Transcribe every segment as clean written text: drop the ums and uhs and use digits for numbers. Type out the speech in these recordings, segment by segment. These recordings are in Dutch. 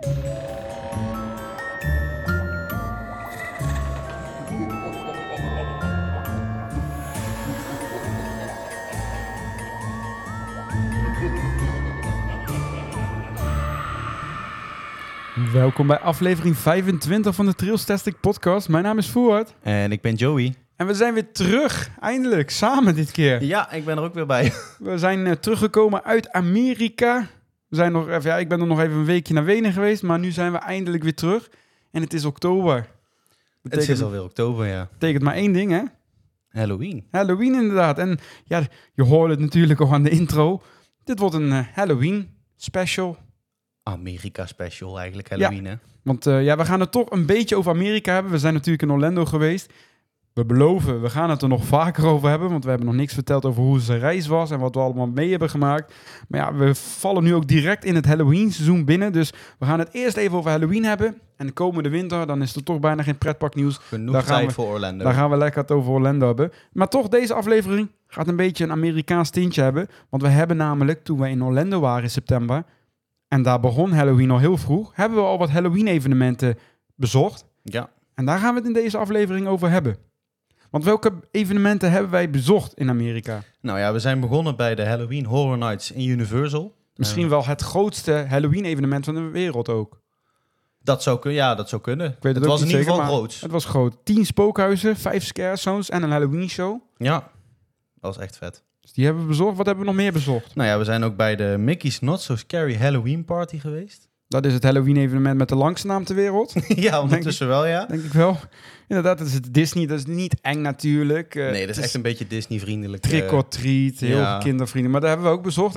Welkom bij aflevering 25 van de Trailstastic podcast. Mijn naam is Voort. En ik ben Joey. En we zijn weer terug, eindelijk, samen dit keer. Ja, ik ben er ook weer bij. We zijn teruggekomen uit Amerika. We zijn nog even, ik ben er nog even een weekje naar Wenen geweest, maar nu zijn we eindelijk weer terug. En het is oktober. Het is alweer oktober, ja. Betekent maar één ding, hè? Halloween. Halloween inderdaad. En ja, je hoorde het natuurlijk al aan de intro. Dit wordt een Halloween special. Amerika special eigenlijk, Halloween, hè? Want we gaan het toch een beetje over Amerika hebben. We zijn natuurlijk in Orlando geweest. We beloven, we gaan het er nog vaker over hebben. Want we hebben nog niks verteld over hoe zijn reis was en wat we allemaal mee hebben gemaakt. Maar ja, we vallen nu ook direct in het Halloween seizoen binnen. Dus we gaan het eerst even over Halloween hebben. En de komende winter, dan is er toch bijna geen pretparknieuws. Genoeg tijd voor Orlando. Daar gaan we lekker het over Orlando hebben. Maar toch, deze aflevering gaat een beetje een Amerikaans tintje hebben. Want we hebben namelijk, toen we in Orlando waren in september... en daar begon Halloween al heel vroeg... hebben we al wat Halloween-evenementen bezocht. Ja. En daar gaan we het in deze aflevering over hebben. Want welke evenementen hebben wij bezocht in Amerika? Nou ja, we zijn begonnen bij de Halloween Horror Nights in Universal. Misschien wel het grootste Halloween-evenement van de wereld ook. Dat zou kunnen. Ik weet het was in ieder geval maar groot. Het was groot. 10 spookhuizen, 5 scare zones en een Halloween-show. Ja, dat was echt vet. Dus die hebben we bezocht. Wat hebben we nog meer bezocht? Nou ja, we zijn ook bij de Mickey's Not So Scary Halloween Party geweest. Dat is het Halloween-evenement met de langste naam ter wereld. Ja, ondertussen wel, ja. Denk ik wel. Inderdaad, dat is het Disney. Dat is niet eng natuurlijk. Nee, dat is echt een beetje Disney-vriendelijk. Trick or treat, heel ja. kindervrienden. Maar daar hebben we ook bezocht. En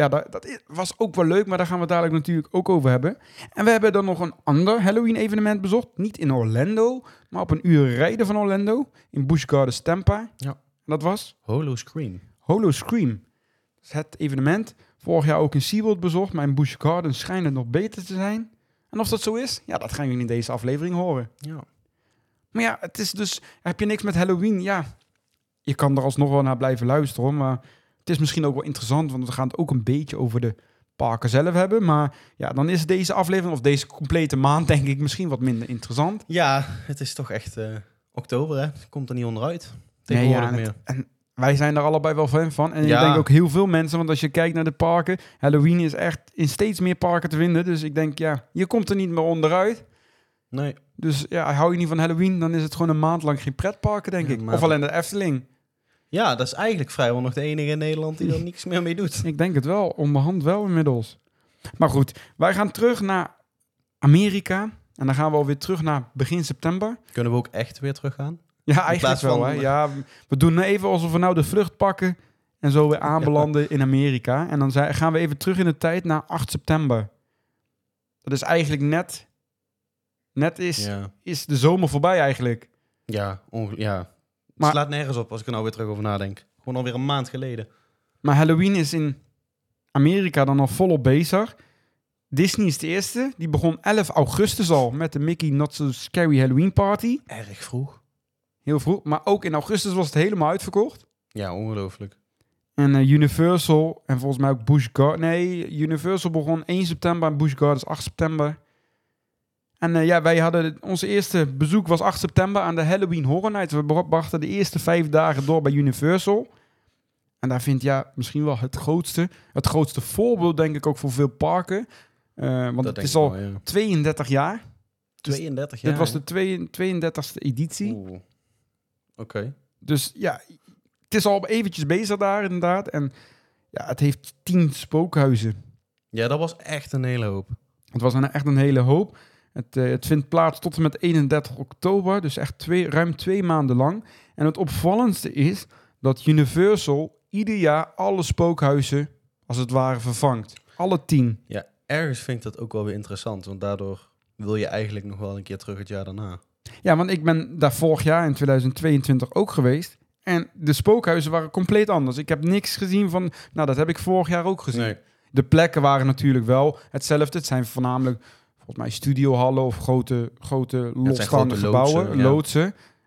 dat was ook wel leuk, maar daar gaan we het dadelijk natuurlijk ook over hebben. En we hebben dan nog een ander Halloween-evenement bezocht. Niet in Orlando, maar op een uur rijden van Orlando. In Busch Gardens, Tampa. Ja. En dat was? Howl-O-Scream. Howl-O-Scream. Dat is het evenement. Vorig jaar ook in SeaWorld bezocht, maar in Busch Gardens schijnt het nog beter te zijn. En of dat zo is, ja, dat gaan jullie in deze aflevering horen. Ja. Maar ja, het is dus... Heb je niks met Halloween? Ja, je kan er alsnog wel naar blijven luisteren. Maar het is misschien ook wel interessant, want we gaan het ook een beetje over de parken zelf hebben. Maar ja, dan is deze aflevering, of deze complete maand, denk ik, misschien wat minder interessant. Ja, het is toch echt oktober, hè? Komt er niet onderuit. Tegenwoordig meer. En wij zijn er allebei wel fan van. En Ja. ik denk ook heel veel mensen, want als je kijkt naar de parken, Halloween is echt in steeds meer parken te vinden. Dus ik denk, ja, je komt er niet meer onderuit. Nee. Dus ja, hou je niet van Halloween, dan is het gewoon een maand lang geen pretparken, denk ik. Of alleen de Efteling. Ja, dat is eigenlijk vrijwel nog de enige in Nederland die er niks meer mee doet. Ik denk het wel, onderhand wel inmiddels. Maar goed, wij gaan terug naar Amerika. En dan gaan we alweer terug naar begin september. Kunnen we ook echt weer teruggaan? Ja, eigenlijk wel. Hè? Ja, we doen even alsof we nou de vlucht pakken en zo weer aanbelanden in Amerika. En dan gaan we even terug in de tijd naar 8 september. Dat is eigenlijk net is de zomer voorbij eigenlijk. Ja, ja. Het Maar- slaat nergens op als ik er nou weer terug over nadenk. Gewoon alweer een maand geleden. Maar Halloween is in Amerika dan al volop bezig. Disney is de eerste. Die begon 11 augustus al met de Mickey Not So Scary Halloween Party. Erg vroeg. Heel vroeg. Maar ook in augustus was het helemaal uitverkocht. Ja, ongelooflijk. En Universal en volgens mij ook Busch Gardens. Nee, Universal begon 1 september en Busch Gardens 8 september. En wij hadden... Onze eerste bezoek was 8 september aan de Halloween Horror Nights. We brachten de eerste 5 dagen door bij Universal. En daar vindt misschien wel het grootste voorbeeld, denk ik, ook voor veel parken. Want het is al 32 jaar. 32 jaar? Dit was de 32e editie. Oeh. Oké. Dus ja, het is al eventjes bezig daar inderdaad. En ja, het heeft 10 spookhuizen. Ja, dat was echt een hele hoop. Het was echt een hele hoop. Het vindt plaats tot en met 31 oktober. Dus echt ruim 2 maanden lang. En het opvallendste is dat Universal ieder jaar alle spookhuizen als het ware vervangt. Alle 10. Ja, ergens vind ik dat ook wel weer interessant. Want daardoor wil je eigenlijk nog wel een keer terug het jaar daarna. Ja, want ik ben daar vorig jaar in 2022 ook geweest. En de spookhuizen waren compleet anders. Ik heb niks gezien van... Nou, dat heb ik vorig jaar ook gezien. Nee. De plekken waren natuurlijk wel hetzelfde. Het zijn voornamelijk, volgens mij, studiohallen of grote losstaande gebouwen, loodsen, ja. loodsen.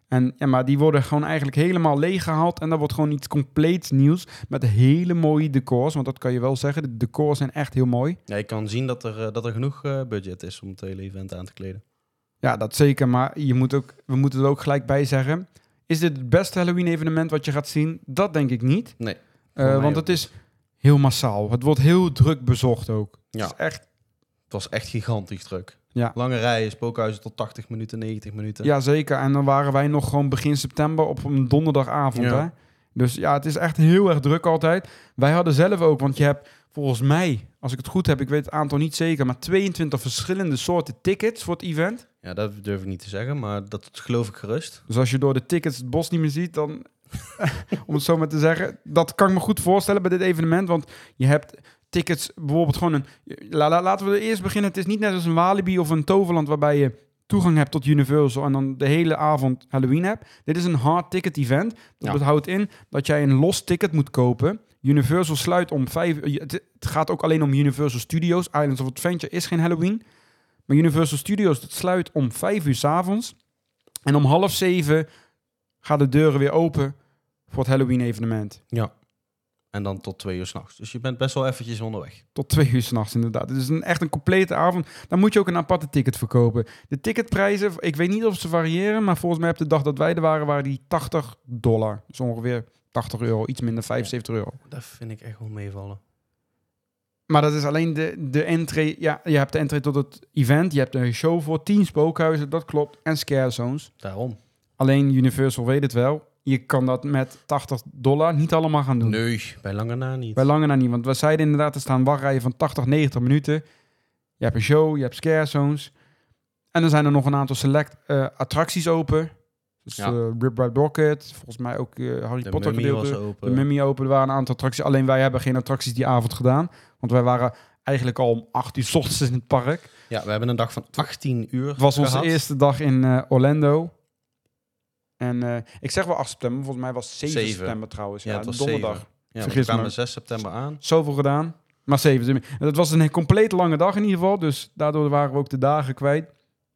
Maar die worden gewoon eigenlijk helemaal leeggehaald. En dat wordt gewoon iets compleets nieuws. Met hele mooie decors. Want dat kan je wel zeggen. De decors zijn echt heel mooi. Ja, je kan zien dat er genoeg budget is om het hele event aan te kleden. Ja, dat zeker. Maar we moeten er ook gelijk bij zeggen. Is dit het beste Halloween evenement wat je gaat zien? Dat denk ik niet. Nee. Want het is heel massaal. Het wordt heel druk bezocht ook. Ja. Het is echt... Het was echt gigantisch druk. Ja. Lange rijen, spookhuizen tot 80 minuten, 90 minuten. Ja, zeker. En dan waren wij nog gewoon begin september op een donderdagavond. Ja. Hè? Dus ja, het is echt heel erg druk altijd. Wij hadden zelf ook, want je hebt volgens mij, als ik het goed heb, ik weet het aantal niet zeker, maar 22 verschillende soorten tickets voor het event. Ja, dat durf ik niet te zeggen, maar dat geloof ik gerust. Dus als je door de tickets het bos niet meer ziet, dan, om het zo maar te zeggen, dat kan ik me goed voorstellen bij dit evenement. Want je hebt tickets, bijvoorbeeld gewoon een... Laten we eerst beginnen. Het is niet net als een Walibi of een Toverland waarbij je toegang hebt tot Universal en dan de hele avond Halloween hebt. Dit is een hard ticket event. Dat houdt in dat jij een los ticket moet kopen. Universal sluit om 5 uur. Het gaat ook alleen om Universal Studios. Islands of Adventure is geen Halloween. Maar Universal Studios, dat sluit om 5 uur 's avonds. En om 6:30 gaan de deuren weer open voor het Halloween evenement. Ja. En dan tot 2 uur 's nachts. Dus je bent best wel eventjes onderweg. Tot 2 uur 's nachts inderdaad. Het is echt een complete avond. Dan moet je ook een aparte ticket verkopen. De ticketprijzen, ik weet niet of ze variëren, maar volgens mij op de dag dat wij er waren die $80. Dus ongeveer €80, iets minder, €75. Dat vind ik echt wel meevallen. Maar dat is alleen de entree. Ja, je hebt de entree tot het event. Je hebt een show voor 10 spookhuizen, dat klopt. En scare zones. Daarom. Alleen Universal weet het wel. Je kan dat met $80 niet allemaal gaan doen. Nee, bij lange na niet. Bij lange na niet. Want we zeiden inderdaad, er staan wachtrijen van 80, 90 minuten. Je hebt een show, je hebt scare zones. En dan zijn er nog een aantal select attracties open. Dus Rip Ride Rocket. Volgens mij ook Harry de Potter Mummy was gedeelte. open. De Mummy open. Er waren een aantal attracties. Alleen wij hebben geen attracties die avond gedaan. Want wij waren eigenlijk al om 8 uur 's ochtends in het park. Ja, we hebben een dag van 18 uur Het was onze gehad. eerste dag in Orlando. En ik zeg wel 8 september. Volgens mij was het 7 september trouwens. Ja, het was donderdag. 7. Ja, Vergis we kwamen me. 6 september aan. Zoveel gedaan. Maar 7. Het was een compleet lange dag in ieder geval. Dus daardoor waren we ook de dagen kwijt.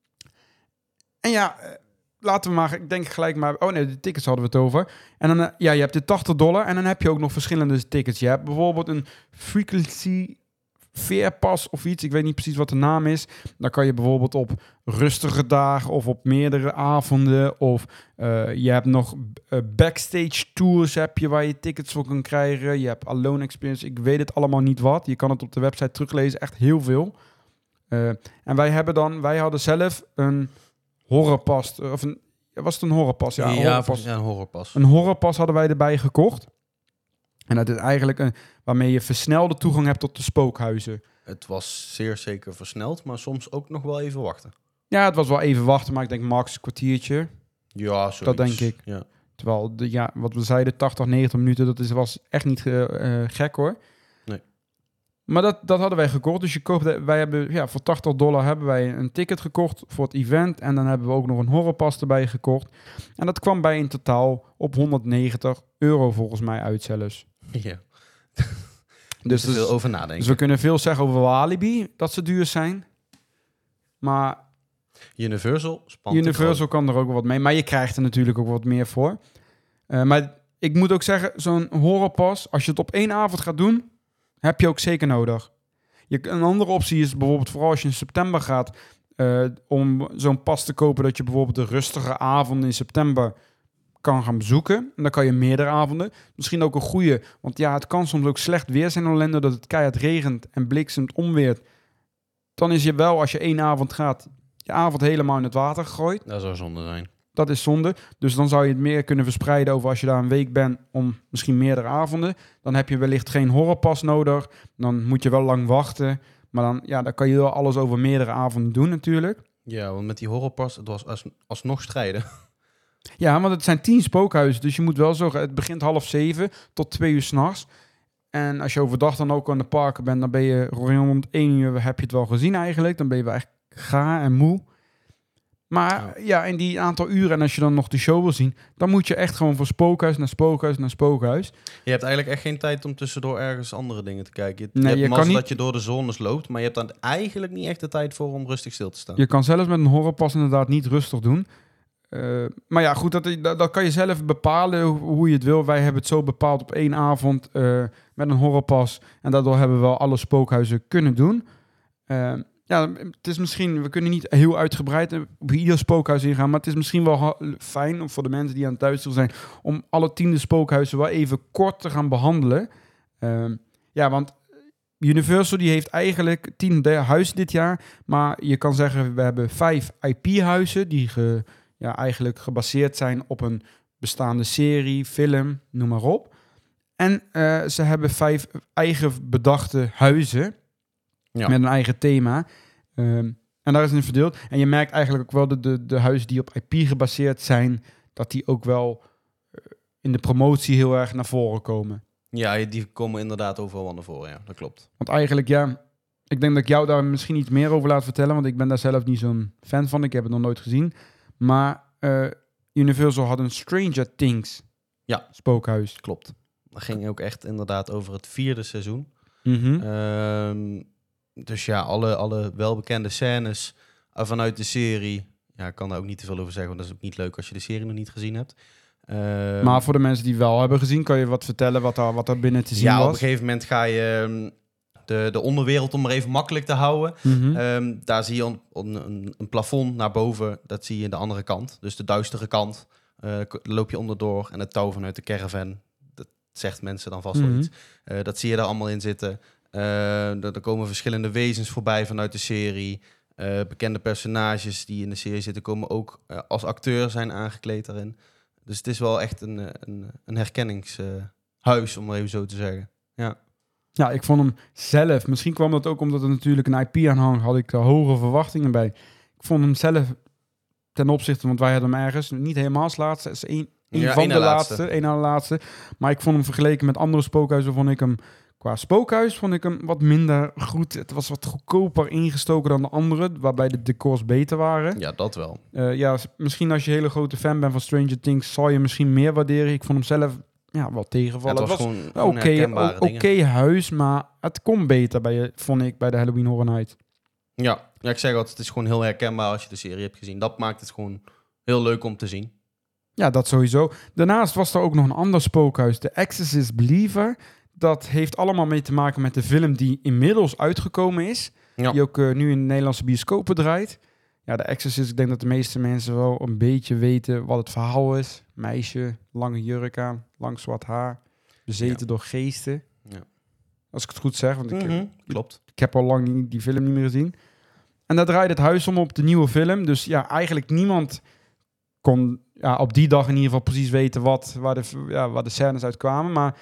En ja, laten we maar, ik denk gelijk maar... Oh nee, de tickets hadden we het over. En dan, je hebt de $80 en dan heb je ook nog verschillende tickets. Je hebt bijvoorbeeld een Frequency Fair Pass of iets. Ik weet niet precies wat de naam is. Dan kan je bijvoorbeeld op rustige dagen of op meerdere avonden. Of je hebt nog backstage tours heb je waar je tickets voor kan krijgen. Je hebt Alone Experience. Ik weet het allemaal niet wat. Je kan het op de website teruglezen. Echt heel veel. En wij hadden zelf een horrorpas. Was het een horrorpas? Ja, een horrorpas. Een horrorpas hadden wij erbij gekocht. En dat is eigenlijk waarmee je versnelde toegang hebt tot de spookhuizen. Het was zeer zeker versneld, maar soms ook nog wel even wachten. Ja, het was wel even wachten, maar ik denk max een kwartiertje. Ja, zoiets. Dat denk ik. Ja. Terwijl, wat we zeiden, 80, 90 minuten, was echt niet gek hoor. Nee. Maar dat hadden wij gekocht. Dus wij hebben voor $80 hebben wij een ticket gekocht voor het event. En dan hebben we ook nog een horrorpas erbij gekocht. En dat kwam bij in totaal op €190 volgens mij uit zelfs. Ja. Dus er veel over nadenken. Dus we kunnen veel zeggen over Walibi, dat ze duur zijn. Maar Universal kan er ook wel wat mee. Maar je krijgt er natuurlijk ook wat meer voor. Maar ik moet ook zeggen, zo'n horrorpas, als je het op 1 avond gaat doen, heb je ook zeker nodig. Een andere optie is bijvoorbeeld, vooral als je in september gaat, om zo'n pas te kopen dat je bijvoorbeeld de rustige avonden in september kan gaan bezoeken. En dan kan je meerdere avonden. Misschien ook een goede, want ja, het kan soms ook slecht weer zijn in Orlando, dat het keihard regent en bliksemt onweert. Dan is je wel, als je 1 avond gaat, je avond helemaal in het water gegooid. Dat zou zonde zijn. Dat is zonde. Dus dan zou je het meer kunnen verspreiden over als je daar een week bent om misschien meerdere avonden. Dan heb je wellicht geen horrorpas nodig. Dan moet je wel lang wachten. Maar dan kan je wel alles over meerdere avonden doen natuurlijk. Ja, want met die horrorpas, het was alsnog strijden. Ja, want het zijn 10 spookhuizen. Dus je moet wel zorgen, het begint 6:30 tot 2 uur 's nachts. En als je overdag dan ook aan de parken bent, dan ben je rond 1 uur heb je het wel gezien eigenlijk. Dan ben je wel echt gaar en moe. Maar ja, in die aantal uren, en als je dan nog de show wil zien, dan moet je echt gewoon van spookhuis naar spookhuis naar spookhuis. Je hebt eigenlijk echt geen tijd om tussendoor ergens andere dingen te kijken. Je kan niet... dat je door de zones loopt, maar je hebt dan eigenlijk niet echt de tijd voor om rustig stil te staan. Je kan zelfs met een horrorpas inderdaad niet rustig doen. Maar ja, goed, dat kan je zelf bepalen hoe je het wil. Wij hebben het zo bepaald op 1 avond met een horrorpas. En daardoor hebben we wel alle spookhuizen kunnen doen. Ja, het is misschien, we kunnen niet heel uitgebreid op ieder spookhuis ingaan, maar het is misschien wel fijn voor de mensen die aan het luisteren zijn om alle 10 spookhuizen wel even kort te gaan behandelen. Ja, want Universal die heeft eigenlijk 10 huizen dit jaar, maar je kan zeggen we hebben 5 IP-huizen die eigenlijk gebaseerd zijn op een bestaande serie, film, noem maar op. En ze hebben 5 eigen bedachte huizen. Ja. Met een eigen thema. En daar is het in verdeeld. En je merkt eigenlijk ook wel de huizen die op IP gebaseerd zijn, dat die ook wel in de promotie heel erg naar voren komen. Ja, die komen inderdaad overal naar voren, ja. Dat klopt. Want eigenlijk, ja, ik denk dat ik jou daar misschien iets meer over laat vertellen, want ik ben daar zelf niet zo'n fan van. Ik heb het nog nooit gezien. Maar Universal had een Stranger Things spookhuis. Klopt. Dat ging ook echt inderdaad over het 4e seizoen. Mm-hmm. Dus ja, alle welbekende scènes vanuit de serie. Ja, ik kan daar ook niet te veel over zeggen, want dat is ook niet leuk als je de serie nog niet gezien hebt. Maar voor de mensen die wel hebben gezien, kan je wat vertellen wat er binnen te zien was? Ja, op een gegeven moment ga je de onderwereld, om maar even makkelijk te houden. Mm-hmm. Daar zie je een plafond naar boven. Dat zie je de andere kant. Dus de duistere kant. Loop je onderdoor en het touw vanuit de caravan. Dat zegt mensen dan vast wel iets. Dat zie je daar allemaal in zitten. Er komen verschillende wezens voorbij vanuit de serie. Bekende personages die in de serie zitten komen ook als acteur zijn aangekleed daarin. Dus het is wel echt een herkenningshuis, om maar even zo te zeggen. Ja. Ja, ik vond hem zelf, misschien kwam dat ook omdat er natuurlijk een IP aan hangt, had ik er hoge verwachtingen bij. Ik vond hem zelf ten opzichte, want wij hadden hem ergens, niet helemaal als laatste, is een van de laatste, een aan de laatste. Maar ik vond hem vergeleken met andere spookhuizen, vond ik hem qua spookhuis wat minder goed. Het was wat goedkoper ingestoken dan de andere, waarbij de decors beter waren. Ja, dat wel. Ja, misschien als je een hele grote fan bent van Stranger Things, zal je misschien meer waarderen. Ik vond hem zelf wel tegenvallen. Ja, het was gewoon oké huis, maar het kon beter vond ik bij de Halloween Horror Night. Ja, ik zeg altijd, het is gewoon heel herkenbaar als je de serie hebt gezien. Dat maakt het gewoon heel leuk om te zien. Ja, dat sowieso. Daarnaast was er ook nog een ander spookhuis, The Exorcist Believer. Dat heeft allemaal mee te maken met de film die inmiddels uitgekomen is. Ja. Die ook nu in de Nederlandse bioscopen draait. Ja, The Exorcist, ik denk dat de meeste mensen wel een beetje weten wat het verhaal is. Meisje, lange jurk aan, lang zwart haar, bezeten door geesten. Ja. Als ik het goed zeg, want klopt. Ik heb al lang die film niet meer gezien. En daar draait het huis om op de nieuwe film. Dus ja, eigenlijk niemand kon op die dag in ieder geval precies weten waar de scènes uit kwamen. Maar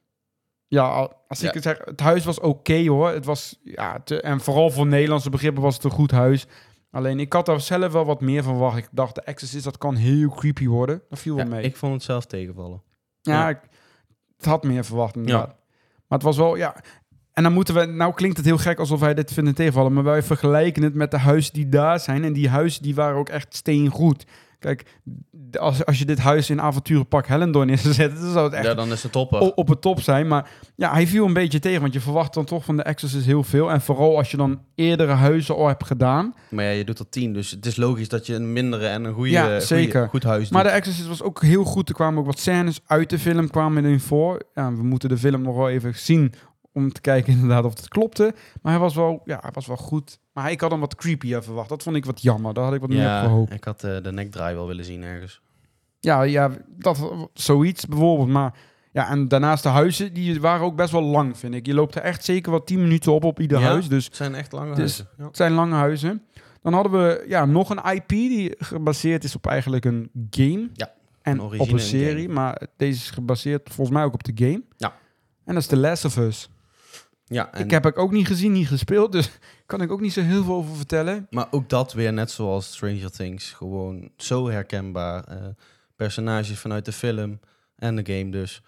ja, als ik het zeg, het huis was oké hoor. Het was, en vooral voor Nederlandse begrippen was het een goed huis. Alleen, ik had daar zelf wel wat meer van verwacht. Ik dacht, de Exorcist, dat kan heel creepy worden. Dat viel wel mee. Ik vond het zelf tegenvallen. Ja, het had meer verwacht inderdaad. Ja. Maar het was wel, En dan moeten we, nou klinkt het heel gek alsof wij dit vinden tegenvallen, maar wij vergelijken het met de huizen die daar zijn. En die huizen die waren ook echt steengoed. Kijk, als je dit huis in Avonturenpark Hellendoorn neer zou zetten, dan zou het echt dan is het topper. Op het top zijn. Maar ja, hij viel een beetje tegen, want je verwacht dan toch van de Exorcist heel veel. En vooral als je dan eerdere huizen al hebt gedaan. Maar ja, je doet er 10, dus het is logisch dat je een mindere en een goed huis doet. Maar de Exorcist was ook heel goed. Er kwamen ook wat scènes uit de film kwamen erin voor. Ja, we moeten de film nog wel even zien om te kijken inderdaad of het klopte. Maar hij was wel goed. Maar ik had hem wat creepier verwacht. Dat vond ik wat jammer. Daar had ik wat meer op gehoopt. Ik had de nekdraai wel willen zien ergens. Ja, dat zoiets bijvoorbeeld. Maar ja, en daarnaast de huizen, die waren ook best wel lang, vind ik. Je loopt er echt zeker wel 10 minuten op ieder huis. Dus het zijn echt lange huizen. Ja. Het zijn lange huizen. Dan hadden we nog een IP die gebaseerd is op eigenlijk een game. Ja, en op een serie. Game. Maar deze is gebaseerd volgens mij ook op de game. Ja. En dat is The Last of Us. Ja, en ik heb het ook niet gezien, niet gespeeld, dus kan ik ook niet zo heel veel over vertellen. Maar ook dat weer net zoals Stranger Things. Gewoon zo herkenbaar. Personages vanuit de film en de game dus.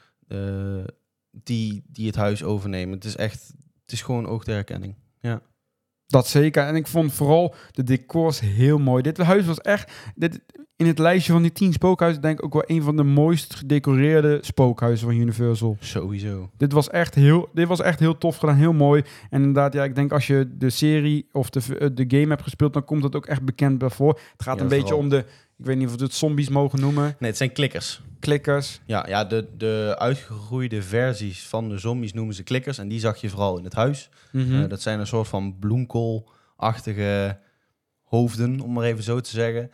Die het huis overnemen. Het is gewoon ook de herkenning. Ja. Dat zeker. En ik vond vooral de decors heel mooi. Dit huis was echt... in het lijstje van die 10 spookhuizen denk ik ook wel een van de mooist gedecoreerde spookhuizen van Universal. Sowieso. Dit was echt heel tof gedaan, heel mooi. En inderdaad, ja, ik denk als je de serie of de game hebt gespeeld, dan komt het ook echt bekend bij voor. Het gaat een beetje om ik weet niet of we het zombies mogen noemen. Nee, het zijn klikkers. Klikkers. Ja, de uitgegroeide versies van de zombies noemen ze klikkers. En die zag je vooral in het huis. Mhm. Dat zijn een soort van bloemkoolachtige hoofden, om maar even zo te zeggen.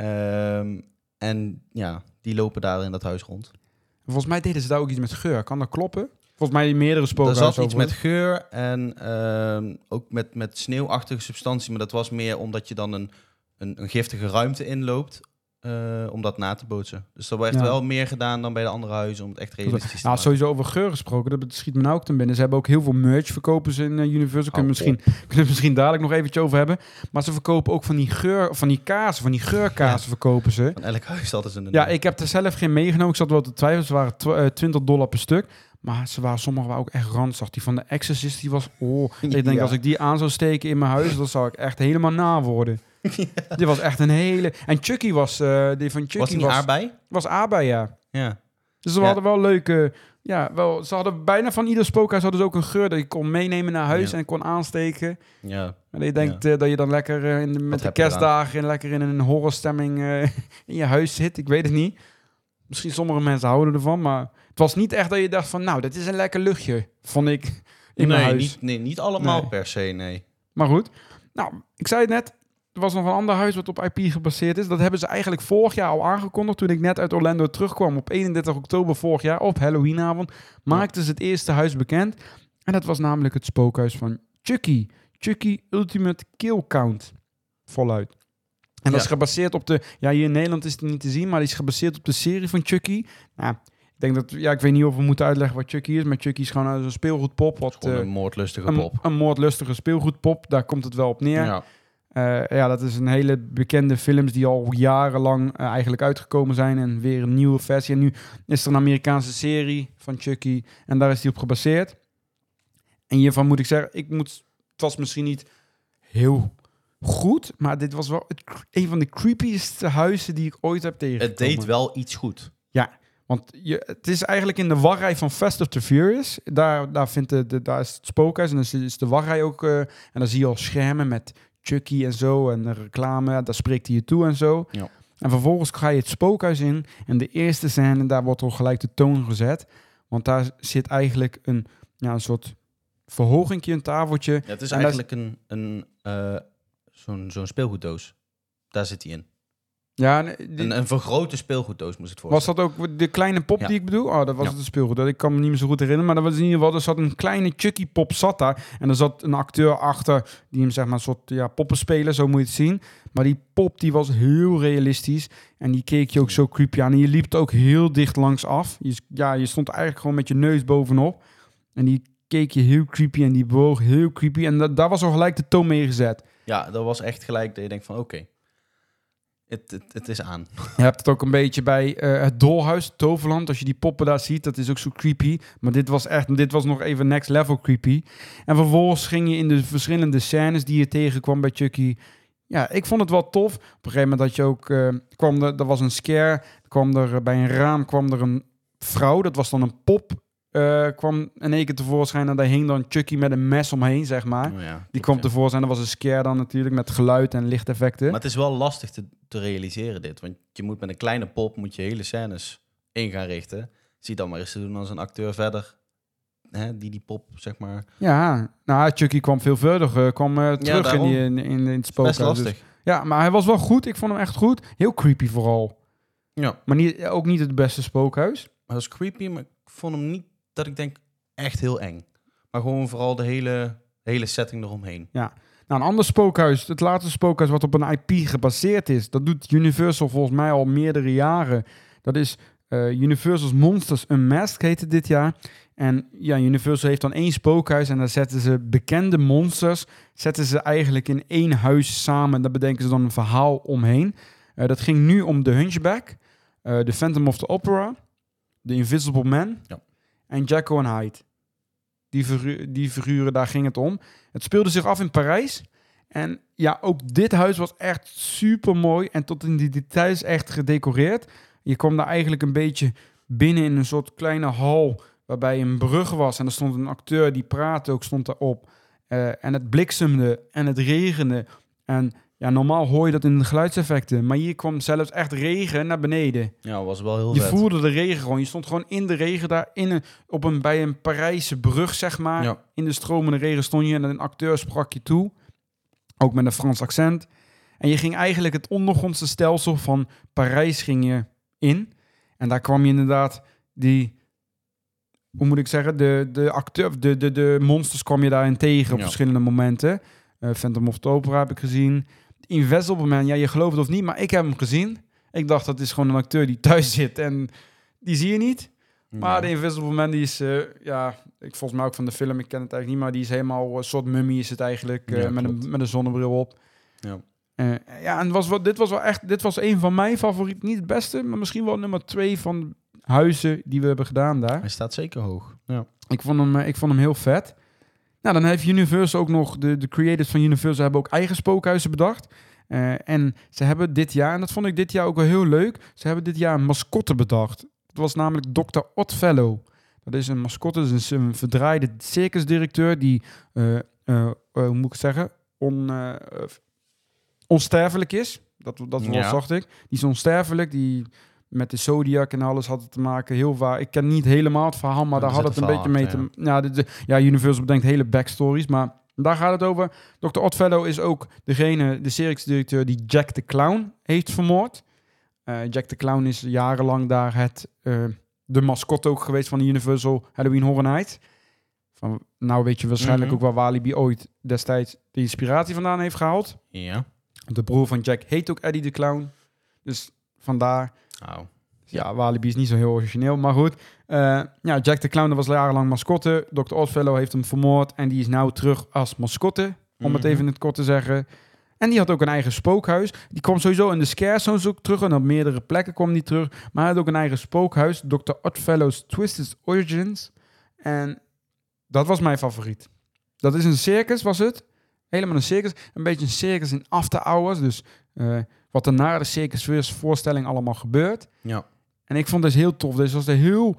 En ja, die lopen daar in dat huis rond. Volgens mij deden ze daar ook iets met geur. Kan dat kloppen? Volgens mij meerdere Er spookhuizen. zat iets met geur en ook met sneeuwachtige substantie. Maar dat was meer omdat je dan een giftige ruimte inloopt om dat na te bootsen. Dus dat werd wel meer gedaan dan bij de andere huizen om het echt realistisch te maken. Sowieso over geur gesproken, dat schiet me nou ook ten binnen. Ze hebben ook heel veel merch verkopen ze in Universal. Kunnen we het misschien dadelijk nog eventjes over hebben. Maar ze verkopen ook van die kazen, van die geurkazen verkopen ze. Van elk huis hadden ze een... Ja, ik heb er zelf geen meegenomen. Ik zat wel te twijfelen. Ze waren $20 per stuk. Maar sommige waren ook echt ranzig. Die van de Exorcist, die was... Ik denk, als ik die aan zou steken in mijn huis, dan zou ik echt helemaal na worden. Ja. Die was echt een hele... En Chucky was... die van Chucky was die aardbei? Was aardbei, ja. Ja. Dus ze hadden wel leuke... ze hadden bijna van ieder spookhuis hadden ze ook een geur dat je kon meenemen naar huis en kon aansteken. Ja. En je denkt dat je dan lekker met de kerstdagen lekker in een horrorstemming in je huis zit. Ik weet het niet. Misschien sommige mensen houden ervan, maar het was niet echt dat je dacht van, nou, dit is een lekker luchtje, vond ik, in mijn huis. Niet allemaal per se, nee. Maar goed, nou, ik zei het net, er was nog een ander huis wat op IP gebaseerd is. Dat hebben ze eigenlijk vorig jaar al aangekondigd. Toen ik net uit Orlando terugkwam op 31 oktober vorig jaar, op Halloweenavond, maakten ze het eerste huis bekend. En dat was namelijk het spookhuis van Chucky. Chucky Ultimate Kill Count. Voluit. En dat is gebaseerd op hier in Nederland is het niet te zien, maar die is gebaseerd op de serie van Chucky. Nou, ik denk dat, ik weet niet of we moeten uitleggen wat Chucky is, maar Chucky is gewoon een speelgoedpop. Gewoon een moordlustige pop. Een moordlustige speelgoedpop, daar komt het wel op neer. Ja. Dat is een hele bekende films die al jarenlang eigenlijk uitgekomen zijn en weer een nieuwe versie. En nu is er een Amerikaanse serie van Chucky en daar is die op gebaseerd. En hiervan moet ik zeggen, het was misschien niet heel goed, maar dit was wel een van de creepiest huizen die ik ooit heb tegengekomen. Het deed wel iets goed. Ja, want het is eigenlijk in de wachtrij van Fast of the Furious. Daar is het spookhuis en dan is de wachtrij ook. En dan zie je al schermen met Chucky en zo en de reclame. Daar spreekt hij je toe en zo. Ja. En vervolgens ga je het spookhuis in en de eerste scène, daar wordt al gelijk de toon gezet. Want daar zit eigenlijk een soort verhogingje, een tafeltje. Ja, het is eigenlijk zo'n speelgoeddoos. Daar zit hij in. Ja, een vergrote speelgoeddoos moest het voor. Was dat ook de kleine pop die ik bedoel? Oh, dat was het speelgoed. Ik kan me niet meer zo goed herinneren. Maar dat was in ieder geval, er zat een kleine Chucky pop zat daar. En er zat een acteur achter die hem zeg maar een soort poppen spelen, zo moet je het zien. Maar die pop die was heel realistisch. En die keek je ook zo creepy aan. En je liep ook heel dicht langs af. Je stond eigenlijk gewoon met je neus bovenop. En die keek je heel creepy en die bewoog heel creepy. En daar was al gelijk de toon mee gezet. Ja, dat was echt gelijk dat je denkt van oké. Het is aan. Je hebt het ook een beetje bij het Doolhuis, Toverland. Als je die poppen daar ziet, dat is ook zo creepy. Maar dit was nog even next level creepy. En vervolgens ging je in de verschillende scènes die je tegenkwam bij Chucky. Ja, ik vond het wel tof. Op een gegeven moment dat je ook... er was een scare. Bij een raam kwam er een vrouw. Dat was dan een pop. Kwam in één keer tevoorschijn en daar hing dan Chucky met een mes omheen, zeg maar. Oh ja, die kwam tevoorschijn. Dat was een scare dan natuurlijk met geluid en lichteffecten. Maar het is wel lastig te realiseren dit. Want je moet met een kleine pop moet je hele scènes in gaan richten. Zie dan maar eens te doen als een acteur verder. Die pop, zeg maar... Ja, nou, Chucky kwam veel verder. Terug in het spookhuis. Best lastig. Dus, ja, maar hij was wel goed. Ik vond hem echt goed. Heel creepy vooral. Ja. Maar ook niet het beste spookhuis. Hij was creepy, maar ik vond hem niet... dat ik denk echt heel eng. Maar gewoon vooral de hele setting eromheen. Ja. Nou, een ander spookhuis, het laatste spookhuis wat op een IP gebaseerd is, dat doet Universal volgens mij al meerdere jaren. Dat is Universal's Monsters Unmasked, heet het dit jaar. En ja, Universal heeft dan 1 spookhuis en daar zetten ze bekende monsters, zetten ze eigenlijk in 1 huis samen. Daar bedenken ze dan een verhaal omheen. Dat ging nu om The Hunchback, The Phantom of the Opera, The Invisible Man... Ja. En Jekyll en Hyde. Die figuren, daar ging het om. Het speelde zich af in Parijs. En ja, ook dit huis was echt super mooi en tot in de details echt gedecoreerd. Je kwam daar eigenlijk een beetje binnen in een soort kleine hal waarbij een brug was. En er stond een acteur die praatte ook, stond daarop. En het bliksemde en het regende. En ja, normaal hoor je dat in de geluidseffecten. Maar hier kwam zelfs echt regen naar beneden. Ja, was wel heel Je vet. voelde de regen gewoon. Je stond gewoon in de regen daar bij een Parijse brug, zeg maar. Ja. In de stromende regen stond je en een acteur sprak je toe. Ook met een Frans accent. En je ging eigenlijk het ondergrondse stelsel van Parijs ging je in. En daar kwam je inderdaad hoe moet ik zeggen, de monsters kwam je daarin tegen op verschillende momenten. Phantom of the Opera heb ik gezien. Invisible Man, ja, je gelooft het of niet, maar ik heb hem gezien. Ik dacht, dat is gewoon een acteur die thuis zit en die zie je niet. Maar de Invisible Man, die is, volgens mij ook van de film, ik ken het eigenlijk niet, maar die is helemaal een soort mummie is het eigenlijk, met een zonnebril op. Ja. En dit was een van mijn favorieten, niet het beste, maar misschien wel nummer 2 van huizen die we hebben gedaan daar. Hij staat zeker hoog. Ja. Ik vond hem heel vet. Nou, dan heeft Universal ook nog, de creators van Universal hebben ook eigen spookhuizen bedacht. En ze hebben dit jaar, en dat vond ik dit jaar ook wel heel leuk, ze hebben dit jaar een mascotte bedacht. Dat was namelijk Dr. Oddfellow. Dat is een mascotte, dat is een verdraaide circusdirecteur die, hoe moet ik het zeggen, onsterfelijk is. Dat zag ik. Die is onsterfelijk, die met de Zodiac en alles had het te maken. Heel waar. Ik ken niet helemaal het verhaal, maar daar had het een beetje mee te... Ja, Universal bedenkt hele backstories, maar daar gaat het over. Dr. Oddfellow is ook de circusdirecteur die Jack the Clown heeft vermoord. Jack the Clown is jarenlang daar de mascotte ook geweest van de Universal Halloween Horror Nights. Nou weet je waarschijnlijk ook waar Walibi ooit destijds de inspiratie vandaan heeft gehaald. Ja. De broer van Jack heet ook Eddie the Clown. Dus vandaar... Ja, Walibi is niet zo heel origineel, maar goed. Jack the Clown was jarenlang mascotte. Dr. Oddfellow heeft hem vermoord en die is nou terug als mascotte, om het even in het kort te zeggen. En die had ook een eigen spookhuis. Die kwam sowieso in de Scare Zones ook terug en op meerdere plekken kwam die terug. Maar hij had ook een eigen spookhuis, Dr. Oddfellow's Twisted Origins. En dat was mijn favoriet. Dat is een circus, was het. Helemaal een circus. Een beetje een circus in after hours, dus... wat er na de circusvoorstelling allemaal gebeurt. Ja. En ik vond het heel tof. Dus was er heel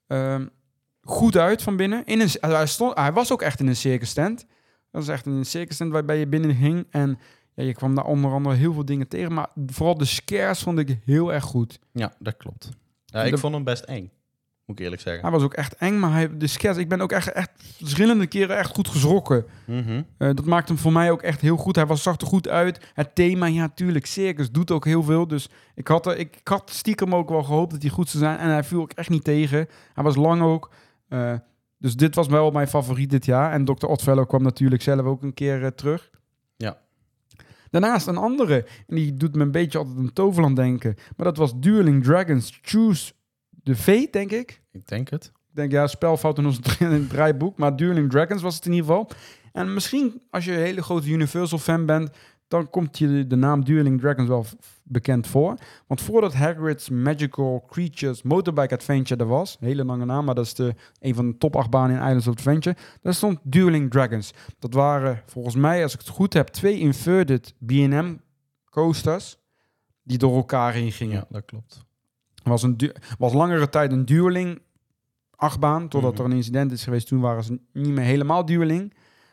goed uit van binnen. Hij was ook echt in een circus tent. Dat was echt een circus tent waarbij je binnen ging. En ja, je kwam daar onder andere heel veel dingen tegen. Maar vooral de scares vond ik heel erg goed. Ja, dat klopt. Ja, ik vond hem best eng. Moet ik eerlijk zeggen. Hij was ook echt eng, maar de scares... Ik ben ook echt verschillende keren echt goed geschrokken. Mm-hmm. Dat maakt hem voor mij ook echt heel goed. Zag er goed uit. Het thema, ja, tuurlijk, circus doet ook heel veel. Dus ik had stiekem ook wel gehoopt dat hij goed zou zijn. En hij viel ook echt niet tegen. Hij was lang ook. Dus dit was wel mijn favoriet dit jaar. En Dr. Oddfellow kwam natuurlijk zelf ook een keer terug. Ja. Daarnaast een andere. En die doet me een beetje altijd aan Toverland denken. Maar dat was Dueling Dragons Choose the Fate, denk ik. Ik denk het. Ik denk, ja, spelfout in ons draaiboek. Maar Dueling Dragons was het in ieder geval. En misschien, als je een hele grote Universal-fan bent... dan komt je de naam Dueling Dragons wel bekend voor. Want voordat Hagrid's Magical Creatures Motorbike Adventure er was... hele lange naam, maar dat is een van de top 8 banen in Islands of Adventure... daar stond Dueling Dragons. Dat waren, volgens mij, als ik het goed heb... 2 inverted B&M coasters... die door elkaar heen gingen. Ja, dat klopt. Was langere tijd een dueling achtbaan, totdat er een incident is geweest. Toen waren ze niet meer helemaal dueling.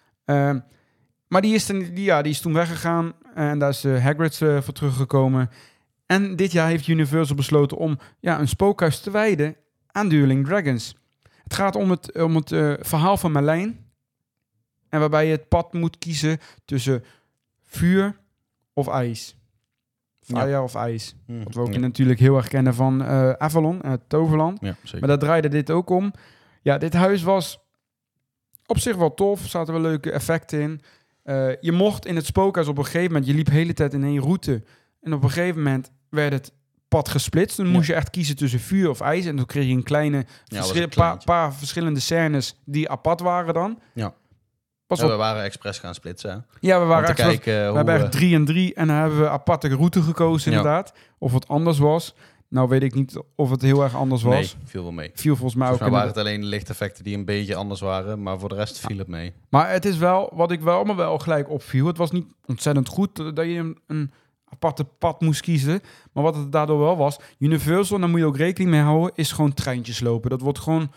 Maar die is toen weggegaan en daar is Hagrid voor teruggekomen. En dit jaar heeft Universal besloten om een spookhuis te wijden aan Dueling Dragons. Het gaat om het verhaal van Merlijn. En waarbij je het pad moet kiezen tussen vuur of ijs. Fire of ijs. Wat we ook natuurlijk heel erg kennen van Avalon, Toverland. Ja, zeker. Maar daar draaide dit ook om. Ja, dit huis was op zich wel tof. Er zaten wel leuke effecten in. Je mocht in het spookhuis op een gegeven moment... Je liep de hele tijd in één route. En op een gegeven moment werd het pad gesplitst. Dan moest je echt kiezen tussen vuur of ijs. En toen kreeg je een kleine... paar verschillende scènes die apart waren dan. Ja. We waren expres gaan splitsen. Hè? Ja, we waren kijken we hebben echt 3 en 3 en dan hebben we aparte route gekozen inderdaad. Of het anders was. Nou weet ik niet of het heel erg anders was. Nee, viel wel mee. Viel volgens mij ook Volgens mij in waren het alleen de lichteffecten die een beetje anders waren. Maar voor de rest viel het mee. Maar het is wel, wat ik wel allemaal wel gelijk opviel. Het was niet ontzettend goed dat je een aparte pad moest kiezen. Maar wat het daardoor wel was, Universal, daar moet je ook rekening mee houden, is gewoon treintjes lopen. Dat wordt gewoon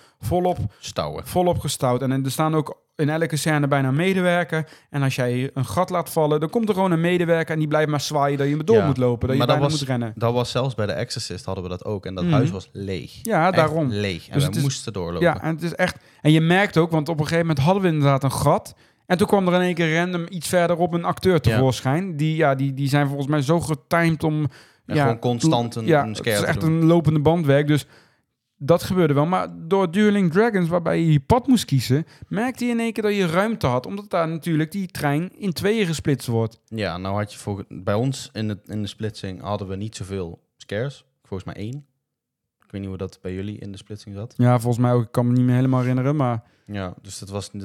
volop gestouwd. En er staan ook in elke scène bijna een medewerker. En als jij een gat laat vallen, dan komt er gewoon een medewerker en die blijft maar zwaaien dat je door moet lopen, dat je bijna moet rennen. Dat was zelfs bij The Exorcist hadden we dat ook. En dat huis was leeg. Ja, echt daarom. leeg. En dus we moesten doorlopen. Ja, en het is echt... En je merkt ook, want op een gegeven moment hadden we inderdaad een gat. En toen kwam er in één keer random iets verderop een acteur tevoorschijn. Die zijn volgens mij zo getimed om... gewoon constant een scare te doen. Het is echt een lopende bandwerk. Dus dat gebeurde wel. Maar door Dueling Dragons, waarbij je je pad moest kiezen, merkte je in één keer dat je ruimte had. Omdat daar natuurlijk die trein in tweeën gesplitst wordt. Ja, nou had je bij ons in de splitsing hadden we niet zoveel scares. Volgens mij 1. Ik weet niet hoe dat bij jullie in de splitsing zat. Ja, volgens mij ook. Ik kan me niet meer helemaal herinneren, maar... Ja, dus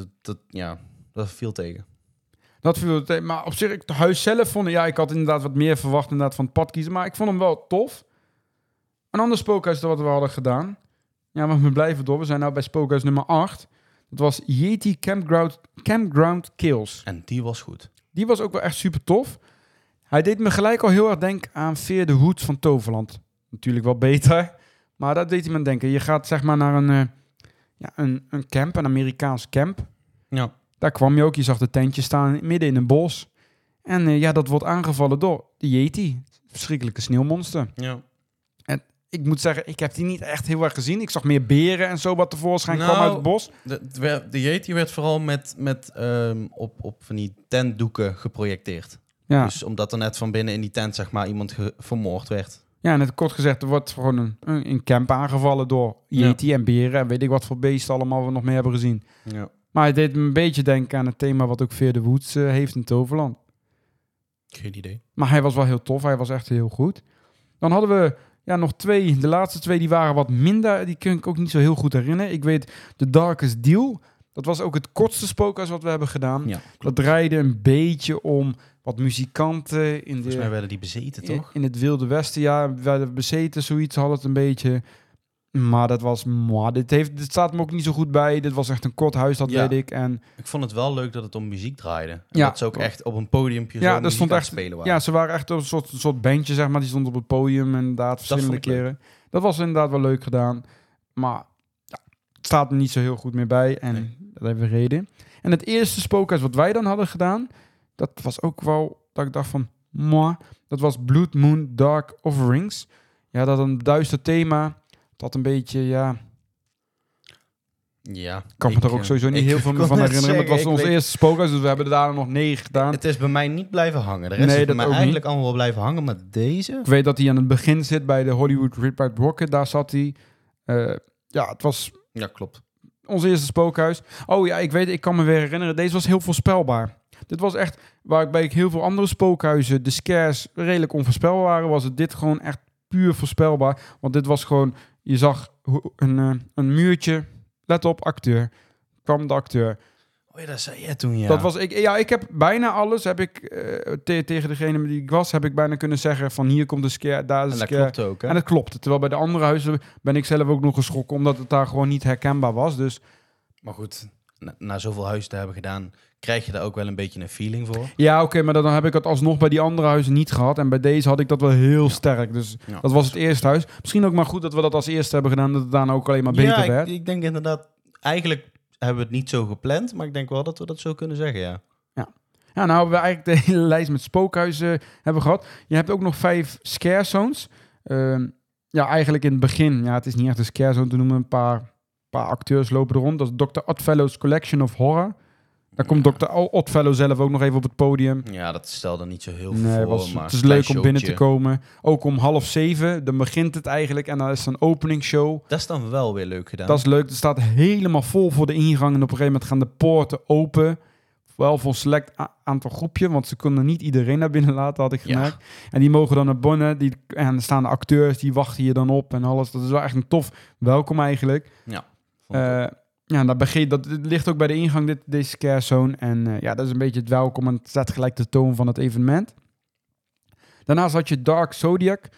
dat viel tegen. Dat viel tegen. Maar op zich, het huis zelf vond ik... Ja, ik had inderdaad wat meer verwacht inderdaad van het pad kiezen. Maar ik vond hem wel tof. Een ander spookhuis dat we hadden gedaan. Ja, maar we blijven door. We zijn nou bij spookhuis nummer 8. Dat was Yeti Campground Kills. En die was goed. Die was ook wel echt super tof. Hij deed me gelijk al heel erg denken aan Fear the Woods van Toverland. Natuurlijk wel beter. Maar dat deed hij me aan denken. Je gaat zeg maar naar een camp, een Amerikaans camp. Ja. Daar kwam je ook. Je zag de tentjes staan midden in een bos. En dat wordt aangevallen door de Yeti. Verschrikkelijke sneeuwmonster. Ja. En ik moet zeggen, ik heb die niet echt heel erg gezien. Ik zag meer beren en zo wat tevoorschijn kwam uit het bos. De Yeti werd vooral op van die tentdoeken geprojecteerd. Ja. Dus omdat er net van binnen in die tent zeg maar iemand vermoord werd. Ja, en het kort gezegd, er wordt gewoon een camp aangevallen door Yeti en beren. En weet ik wat voor beesten allemaal we nog meer hebben gezien. Ja. Maar het deed me een beetje denken aan het thema wat ook Fear the Woods heeft in Toverland. Geen idee. Maar hij was wel heel tof. Hij was echt heel goed. Dan hadden we nog 2. De laatste 2 die waren wat minder. Die kun ik ook niet zo heel goed herinneren. Ik weet The Darkest Deal. Dat was ook het kortste spookhuis wat we hebben gedaan. Ja. Dat draaide een beetje om wat muzikanten. Volgens mij werden die bezeten, toch? In het Wilde Westen, ja. Werden bezeten, zoiets had het een beetje. Maar dat was... Dit staat me ook niet zo goed bij. Dit was echt een kort huis, dat weet ik. En ik vond het wel leuk dat het om muziek draaide. En dat ze ook echt op een podiumpje zo muziek stond aan echt, het spelen waren. Ja, ze waren echt een soort bandje, zeg maar. Die stond op het podium en inderdaad verschillende keren. Leuk. Dat was inderdaad wel leuk gedaan. Maar het staat er niet zo heel goed meer bij. En dat hebben we reden. En het eerste spookhuis wat wij dan hadden gedaan, dat was ook wel... Dat ik dacht van... Dat was Blood Moon Dark Offerings. Ja, dat een duister thema... Dat een beetje, Ja. Ik kan me er ook sowieso niet heel veel meer van herinneren. Het was ons eerste spookhuis, dus we hebben er daar nog 9 gedaan. Het is bij mij niet blijven hangen. De rest is bij mij eigenlijk allemaal wel blijven hangen, maar deze... Ik weet dat hij aan het begin zit bij de Hollywood Riptide Rocket. Daar zat hij. Het was... Ja, klopt. Ons eerste spookhuis. Oh ja, ik kan me weer herinneren. Deze was heel voorspelbaar. Dit was echt, waar bij heel veel andere spookhuizen de scares redelijk onvoorspelbaar waren, was het dit gewoon echt puur voorspelbaar. Want dit was gewoon... Je zag een muurtje. Let op, acteur. Kwam de acteur. Oh ja, dat zei jij toen, ja. Dat was ik. Ja, ik heb bijna alles. Heb ik tegen degene die ik was, heb ik bijna kunnen zeggen van hier komt de scare, daar is de scare. En dat klopt ook, hè? En dat klopte. Terwijl bij de andere huizen ben ik zelf ook nog geschrokken, omdat het daar gewoon niet herkenbaar was. Dus. Maar goed, na zoveel huizen te hebben gedaan, krijg je daar ook wel een beetje een feeling voor. Ja, oké, maar dan heb ik het alsnog bij die andere huizen niet gehad. En bij deze had ik dat wel heel sterk. Dus dat was het eerste huis. Misschien ook maar goed dat we dat als eerste hebben gedaan, dat het daarna ook alleen maar beter werd. Ik denk inderdaad, eigenlijk hebben we het niet zo gepland, maar ik denk wel dat we dat zo kunnen zeggen, ja. Ja, nou hebben we eigenlijk de hele lijst met spookhuizen hebben gehad. Je hebt ook nog 5 scare zones. Eigenlijk in het begin, het is niet echt een scare zone te noemen, een paar acteurs lopen er rond. Dat is Dr. Oddfellow's Collection of Horror. Daar komt Dr. Oddfellow zelf ook nog even op het podium. Ja, dat stelde niet zo heel veel voor. Maar het is leuk om binnen te komen. Ook om 6:30, dan begint het eigenlijk. En dan is het een openingsshow. Dat is dan wel weer leuk gedaan. Dat is leuk. Het staat helemaal vol voor de ingang. En op een gegeven moment gaan de poorten open. Wel voor een select aantal groepje. Want ze konden niet iedereen naar binnen laten, had ik gemerkt. Ja. En die mogen dan naar binnen. En er staan de acteurs, die wachten je dan op en alles. Dat is wel echt een tof welkom eigenlijk. Ja. Dat ligt ook bij de ingang, deze scare zone. En dat is een beetje het welkom en het zet gelijk de toon van het evenement. Daarnaast had je Dark Zodiac.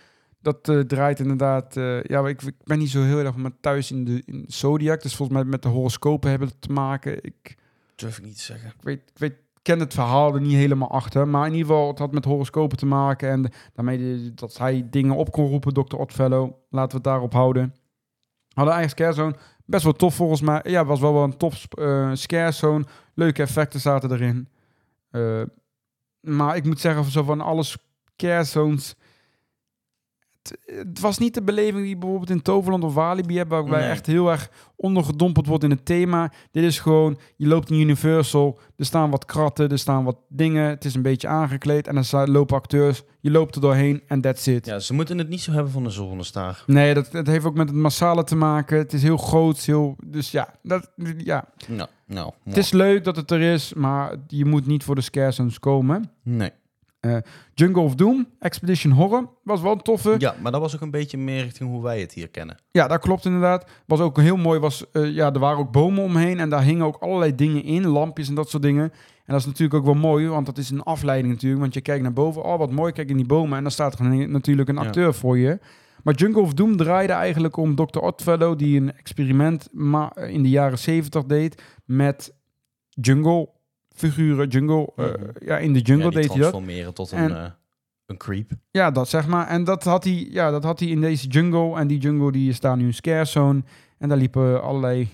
Dat draait inderdaad... ik ben niet zo heel erg met thuis in Zodiac. Dus volgens mij met de horoscopen hebben het te maken. Durf ik niet te zeggen. Ik ken het verhaal er niet helemaal achter. Maar in ieder geval, het had met horoscopen te maken. En daarmee dat hij dingen op kon roepen, Dr. Oddfellow. Laten we het daarop houden. Hadden eigen scarezone. Best wel tof volgens mij. Ja, was wel een tof scarezone. Leuke effecten zaten erin. Maar ik moet zeggen, zo van alle scarezones... Het was niet de beleving die bijvoorbeeld in Toverland of Walibi hebben, waarbij echt heel erg ondergedompeld wordt in het thema. Dit is gewoon, je loopt in Universal, er staan wat kratten, er staan wat dingen, het is een beetje aangekleed en dan lopen acteurs, je loopt er doorheen en that's it. Ja, ze moeten het niet zo hebben van de Zonnestaar. Nee, dat heeft ook met het massale te maken. Het is heel groot, dus ja. Nou. Het is leuk dat het er is, maar je moet niet voor de scarezones komen. Nee. Jungle of Doom, Expedition Horror, was wel een toffe. Ja, maar dat was ook een beetje meer richting hoe wij het hier kennen. Ja, dat klopt inderdaad. Was ook heel mooi, er waren ook bomen omheen en daar hingen ook allerlei dingen in, lampjes en dat soort dingen. En dat is natuurlijk ook wel mooi, want dat is een afleiding natuurlijk, want je kijkt naar boven, oh wat mooi, kijk in die bomen en dan staat er natuurlijk een acteur voor je. Maar Jungle of Doom draaide eigenlijk om Dr. Oddfellow, die een experiment in de jaren 70 deed met jungle figuren, in de jungle deed hij dat. Transformeren tot een creep. Ja, dat zeg maar. En dat had hij in deze jungle. En die jungle die staat nu in scarezone. En daar liepen allerlei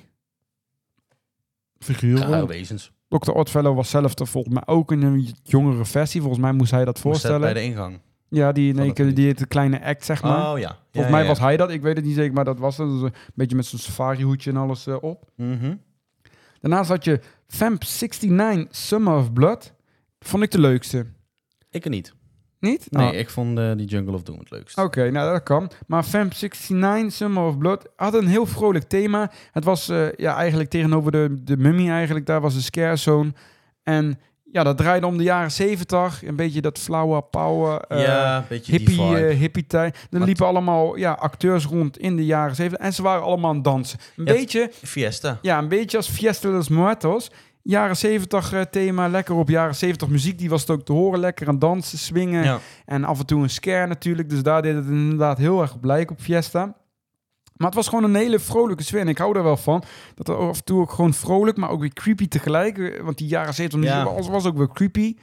figuren rond. Wezens. Dr. Oddfellow was zelf er volgens mij ook in een jongere versie. Volgens mij moest hij dat voorstellen. Moest dat bij de ingang? Ja, die heet de kleine act, zeg maar. Oh ja. Volgens mij was hij dat. Ik weet het niet zeker, maar dat was het. Dus een beetje met zijn safari hoedje en alles op. Mm-hmm. Daarnaast had je Vamp 69 Summer of Blood. Vond ik de leukste. Ik niet. Niet? Nee, ik vond die Jungle of Doom het leukst. Oké, nou dat kan. Maar Vamp 69 Summer of Blood had een heel vrolijk thema. Het was eigenlijk tegenover de Mummy eigenlijk. Daar was een scarezone. En ja, dat draaide om de jaren 70. Een beetje dat flower power. Een beetje hippie tijd. Er liepen allemaal acteurs rond in de jaren 70. En ze waren allemaal aan het dansen. Een beetje... Fiesta. Ja, een beetje als Fiesta de los Muertos. Jaren 70 thema, lekker op jaren 70 muziek. Die was het ook te horen, lekker aan dansen, swingen. Ja. En af en toe een scare natuurlijk. Dus daar deed het inderdaad heel erg op lijken op Fiesta. Maar het was gewoon een hele vrolijke sfeer. En ik hou daar wel van. Dat er af en toe ook gewoon vrolijk, maar ook weer creepy tegelijk. Want die jaren 70 was ook weer creepy.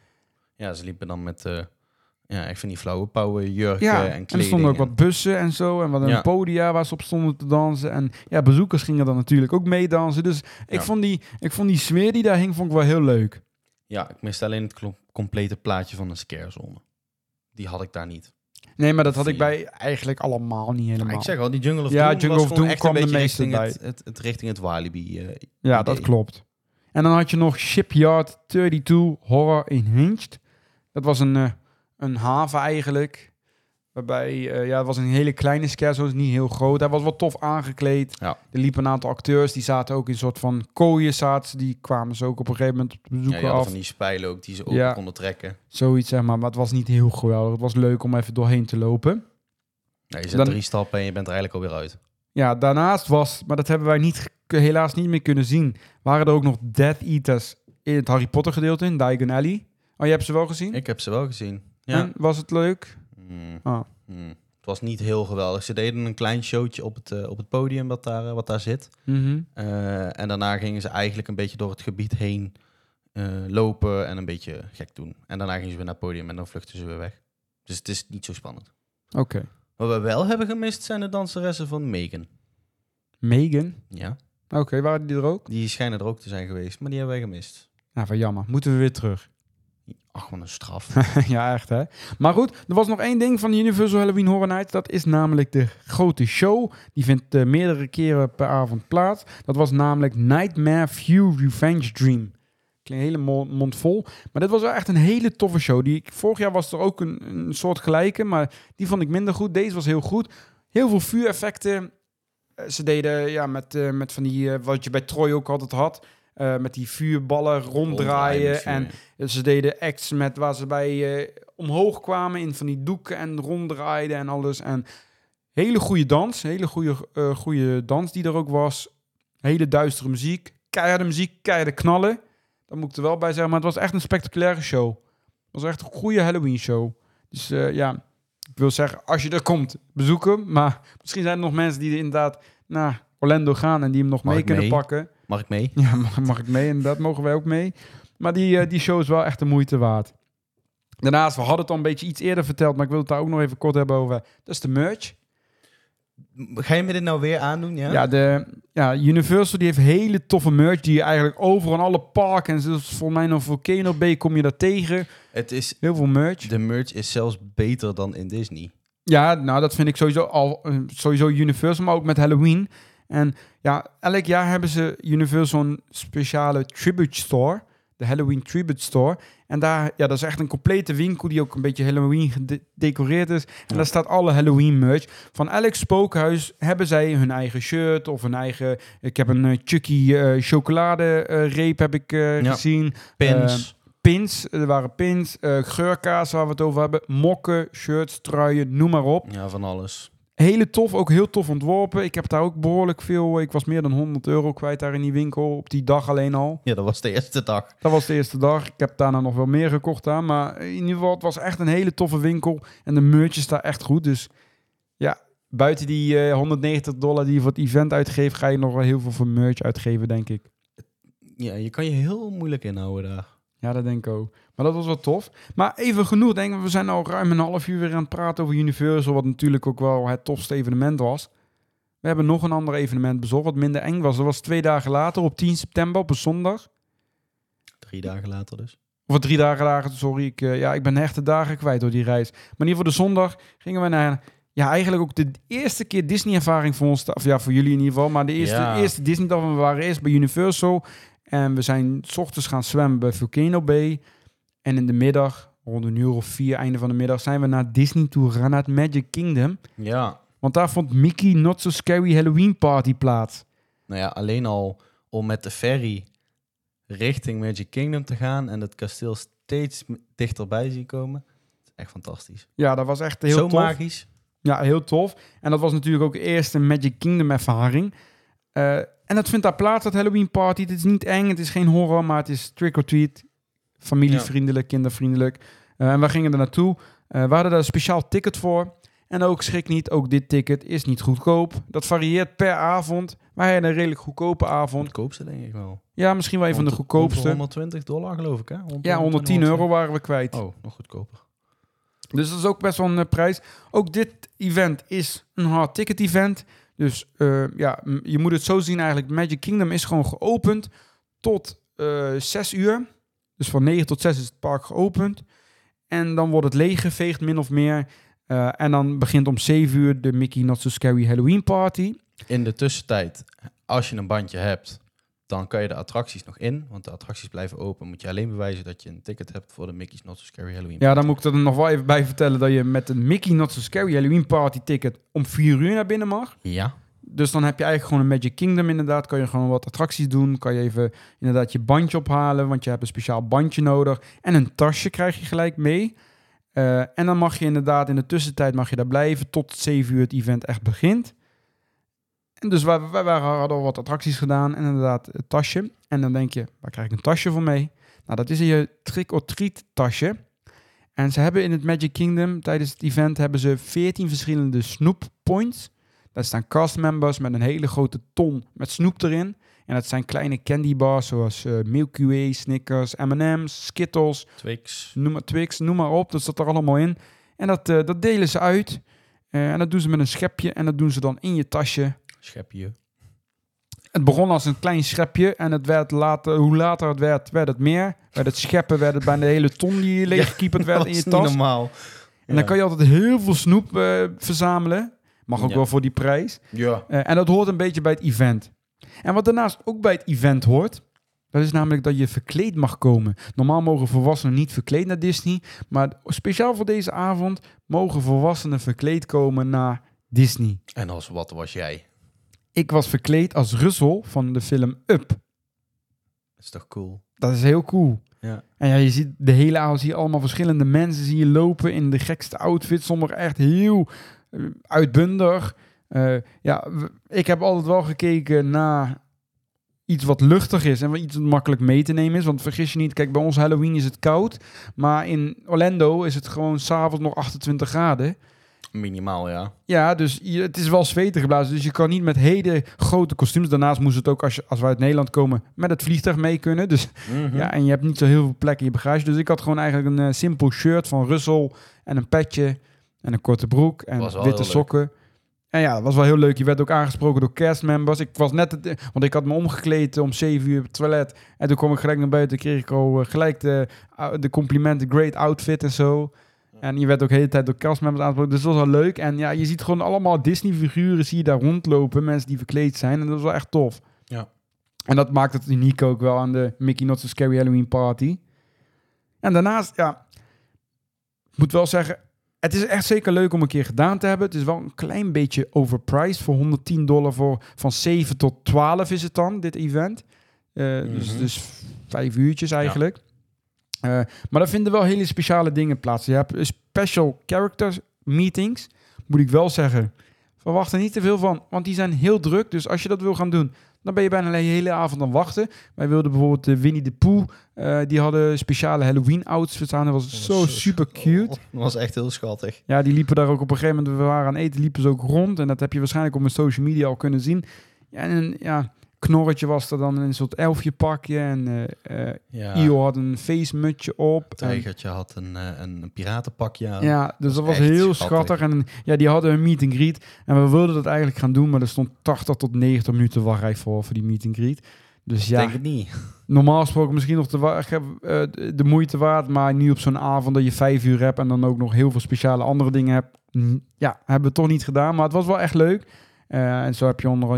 Ja, ze liepen dan met... ik vind die flauwe pauwen, jurken en kleding. En er stonden ook wat bussen en zo. En wat een podia waar ze op stonden te dansen. En ja, bezoekers gingen dan natuurlijk ook meedansen. Dus ik vond die sfeer die daar hing, vond ik wel heel leuk. Ja, ik miste alleen het complete plaatje van een scarezone. Die had ik daar niet. Nee, maar dat had ik bij eigenlijk allemaal niet helemaal. Ja, ik zeg al, die Jungle of Doom Jungle of Doom kwam de meeste bij. Richting het Walibi. Dat klopt. En dan had je nog Shipyard 32 Horror Unhinged. Dat was een haven eigenlijk. Waarbij, het was een hele kleine scarezone, niet heel groot. Hij was wel tof aangekleed. Ja. Er liepen een aantal acteurs, die zaten ook in een soort van kooien. Die kwamen ze ook op een gegeven moment op bezoeken af. Van die spijlen ook, die ze open konden trekken. Zoiets, zeg maar het was niet heel geweldig. Het was leuk om even doorheen te lopen. Ja, je zet 3 stappen en je bent er eigenlijk alweer uit. Ja, daarnaast maar dat hebben wij helaas niet meer kunnen zien, waren er ook nog Death Eaters in het Harry Potter gedeelte in Diagon Alley. Oh, je hebt ze wel gezien? Ik heb ze wel gezien. Ja. En was het leuk? Het was niet heel geweldig. Ze deden een klein showtje op het podium wat daar zit. Mm-hmm. En daarna gingen ze eigenlijk een beetje door het gebied heen lopen en een beetje gek doen. En daarna gingen ze weer naar het podium en dan vluchten ze weer weg. Dus het is niet zo spannend. Oké. Wat we wel hebben gemist zijn de danseressen van Megan. Megan? Ja. Oké, waren die er ook? Die schijnen er ook te zijn geweest, maar die hebben wij gemist. Nou, van jammer. Moeten we weer terug. Ach, wat een straf. Ja, echt hè. Maar goed, er was nog één ding van de Universal Halloween Horror Nights. Dat is namelijk de grote show. Die vindt meerdere keren per avond plaats. Dat was namelijk Nightmare View Revenge Dream. Klinkt hele mond vol. Maar dit was wel echt een hele toffe show. Vorig jaar was er ook een soort gelijke, maar die vond ik minder goed. Deze was heel goed. Heel veel vuureffecten. Ze deden met van die, wat je bij Troy ook altijd had. Met die vuurballen ronddraaien. En ze deden acts waar ze bij omhoog kwamen in van die doeken en ronddraaiden en alles. En hele goede dans. Hele goede dans die er ook was. Hele duistere muziek. Keiharde knallen. Dat moet ik er wel bij zeggen. Maar het was echt een spectaculaire show. Het was echt een goede Halloween show. Dus Ik wil zeggen, als je er komt, bezoek hem. Maar misschien zijn er nog mensen die inderdaad naar Orlando gaan en die hem nog Mag mee ik kunnen mee? pakken. Mag ik mee? Ja, mag ik mee? Inderdaad, mogen wij ook mee. Maar die show is wel echt de moeite waard. Daarnaast, we hadden het al een beetje iets eerder verteld, maar ik wil het daar ook nog even kort hebben over. Dat is de merch. Ga je me dit nou weer aandoen, ja? Ja, Universal die heeft hele toffe merch die je eigenlijk overal in alle parken en zelfs volgens mij nog Volcano Bay kom je daar tegen. Het is, Heel veel merch. de merch is zelfs beter dan in Disney. Ja, nou dat vind ik sowieso Universal, maar ook met Halloween. En ja, elk jaar hebben ze Universal een speciale tribute store. De Halloween Tribute Store. En daar, ja, dat is echt een complete winkel die ook een beetje Halloween gedecoreerd is. En daar staat alle Halloween merch. Van elk spookhuis hebben zij hun eigen shirt of hun eigen... Ik heb een Chucky chocoladereep heb ik gezien. Pins. Pins, er waren pins. Geurkaas waar we het over hebben. Mokken, shirts, truien, noem maar op. Ja, van alles. Hele tof, ook heel tof ontworpen. Ik heb daar ook behoorlijk veel... Ik was meer dan €100 kwijt daar in die winkel. Op die dag alleen al. Ja, dat was de eerste dag. Dat was de eerste dag. Ik heb daarna nog wel meer gekocht aan. Maar in ieder geval, het was echt een hele toffe winkel. En de merch is daar echt goed. Dus ja, buiten die $190 die je voor het event uitgeeft... ga je nog wel heel veel voor merch uitgeven, denk ik. Ja, je kan je heel moeilijk inhouden daar. Ja, dat denk ik ook. Maar dat was wel tof. Maar even genoeg, denk ik. We zijn al ruim een half uur weer aan het praten over Universal... wat natuurlijk ook wel het tofste evenement was. We hebben nog een ander evenement bezocht... wat minder eng was. Dat was 2 dagen later, op 10 september, op een zondag. 3 dagen later dus. Of 3 dagen later, sorry. Ik ben echt de dagen kwijt door die reis. Maar in ieder geval de zondag gingen we naar... Ja, eigenlijk ook de eerste keer Disney-ervaring voor ons. Of ja, voor jullie in ieder geval. Maar de eerste Disney-dag. We waren eerst bij Universal. En we zijn 's ochtends gaan zwemmen bij Volcano Bay. En in de middag, rond 4:00, einde van de middag... zijn we naar Disney toe gegaan, naar het Magic Kingdom. Ja. Want daar vond Mickey Not So Scary Halloween Party plaats. Nou ja, alleen al om met de ferry richting Magic Kingdom te gaan... en het kasteel steeds dichterbij zien komen. Dat is echt fantastisch. Ja, dat was echt heel Zo tof. magisch. Ja, heel tof. En dat was natuurlijk ook de eerste Magic Kingdom ervaring. En dat vindt daar plaats, dat Halloween party. Het is niet eng, het is geen horror, maar het is trick-or-treat. Familievriendelijk, kindervriendelijk. En we gingen er naartoe. We hadden daar een speciaal ticket voor. En ook schrik niet, ook dit ticket is niet goedkoop. Dat varieert per avond. Wij hadden een redelijk goedkope avond. Goedkoopste denk ik wel. Ja, misschien wel een van de goedkoopste. $120 geloof ik, hè? Ja, €110 waren we kwijt. Oh, nog goedkoper. Dus dat is ook best wel een prijs. Ook dit event is een hard ticket event. Dus je moet het zo zien eigenlijk. Magic Kingdom is gewoon geopend tot 6 uur. Dus van 9 tot 6 is het park geopend. En dan wordt het leeggeveegd, min of meer. En dan begint om 7 uur de Mickey Not So Scary Halloween Party. In de tussentijd, als je een bandje hebt, dan kan je de attracties nog in. Want de attracties blijven open. Moet je alleen bewijzen dat je een ticket hebt voor de Mickey's Not So Scary Halloween Party. Ja, dan moet ik er nog wel even bij vertellen dat je met een Mickey Not So Scary Halloween Party ticket om 4 uur naar binnen mag. Ja. Dus dan heb je eigenlijk gewoon een Magic Kingdom inderdaad. Kan je gewoon wat attracties doen. Kan je even inderdaad je bandje ophalen. Want je hebt een speciaal bandje nodig. En een tasje krijg je gelijk mee. En dan mag je inderdaad in de tussentijd mag je daar blijven tot 7 uur het event echt begint. En dus wij hadden al wat attracties gedaan. En inderdaad het tasje. En dan denk je, waar krijg ik een tasje voor mee? Nou, dat is je trick-or-treat tasje. En ze hebben in het Magic Kingdom tijdens het event hebben ze 14 verschillende Snoop Points. Daar staan castmembers met een hele grote ton met snoep erin. En dat zijn kleine candy bars zoals Milky Way, Snickers, M&M's, Skittles, Twix, noem maar op. Dat zat er allemaal in. En dat delen ze uit. En dat doen ze met een schepje en dat doen ze dan in je tasje. Schepje. Het begon als een klein schepje en het werd later, hoe later het werd het meer. Werd het scheppen, werd het bijna de hele ton die leeggekieperd werd in je tas. Dat is niet normaal. En dan kan je altijd heel veel snoep verzamelen. Mag ook wel voor die prijs. Ja. En dat hoort een beetje bij het event. En wat daarnaast ook bij het event hoort, dat is namelijk dat je verkleed mag komen. Normaal mogen volwassenen niet verkleed naar Disney, maar speciaal voor deze avond mogen volwassenen verkleed komen naar Disney. En wat was jij? Ik was verkleed als Russell van de film Up. Dat is toch cool? Dat is heel cool. Ja. En ja, je ziet de hele avond zie je allemaal verschillende mensen zie je lopen in de gekste outfits. Sommigen echt heel uitbundig. Ik heb altijd wel gekeken naar iets wat luchtig is en iets wat makkelijk mee te nemen is. Want vergis je niet, kijk, bij ons Halloween is het koud. Maar in Orlando is het gewoon 's avonds nog 28 graden. Minimaal, ja. Ja, dus het is wel zweten geblazen. Dus je kan niet met hele grote kostuums. Daarnaast moest het ook, als we uit Nederland komen, met het vliegtuig mee kunnen. Dus ja, en je hebt niet zo heel veel plek in je bagage. Dus ik had gewoon eigenlijk een simpel shirt van Russell en een petje en een korte broek en witte sokken. En ja, dat was wel heel leuk. Je werd ook aangesproken door castmembers. Ik was net, want ik had me omgekleed om 7 uur op het toilet. En toen kwam ik gelijk naar buiten. Kreeg ik al gelijk de complimenten, great outfit en zo. En je werd ook de hele tijd door castmembers aangesproken. Dus dat was wel leuk. En ja, je ziet gewoon allemaal Disney-figuren zie je daar rondlopen. Mensen die verkleed zijn. En dat was wel echt tof. Ja. En dat maakt het uniek ook wel aan de Mickey Not So Scary Halloween Party. En daarnaast, ja, ik moet wel zeggen, het is echt zeker leuk om een keer gedaan te hebben. Het is wel een klein beetje overpriced voor $110 voor van 7 tot 12 is het dan, dit event. Dus 5 uurtjes eigenlijk. Maar daar vinden wel hele speciale dingen plaats. Je hebt special characters meetings, moet ik wel zeggen. Verwacht er niet te veel van, want die zijn heel druk. Dus als je dat wil gaan doen, dan ben je bijna de hele avond aan wachten. Wij wilden bijvoorbeeld Winnie de Pooh. Die hadden speciale Halloween outfits aan. Dat was zo super cute. Dat was echt heel schattig. Ja, die liepen daar ook op een gegeven moment. We waren aan eten, liepen ze ook rond. En dat heb je waarschijnlijk op mijn social media al kunnen zien. Ja, en ja, Knorretje was er dan in een soort elfje-pakje. En Io had een feestmutje op. Tijgertje had een piratenpakje aan. Ja, dus dat was heel schattig. En ja, die hadden een meet and greet. En we wilden dat eigenlijk gaan doen, maar er stond 80 tot 90 minuten wachtrij voor die meet and greet. Dus ja, denk het niet. Normaal gesproken misschien nog de moeite waard, maar nu op zo'n avond dat je 5 uur hebt en dan ook nog heel veel speciale andere dingen hebt. Ja, hebben we toch niet gedaan, maar het was wel echt leuk. En zo heb je onder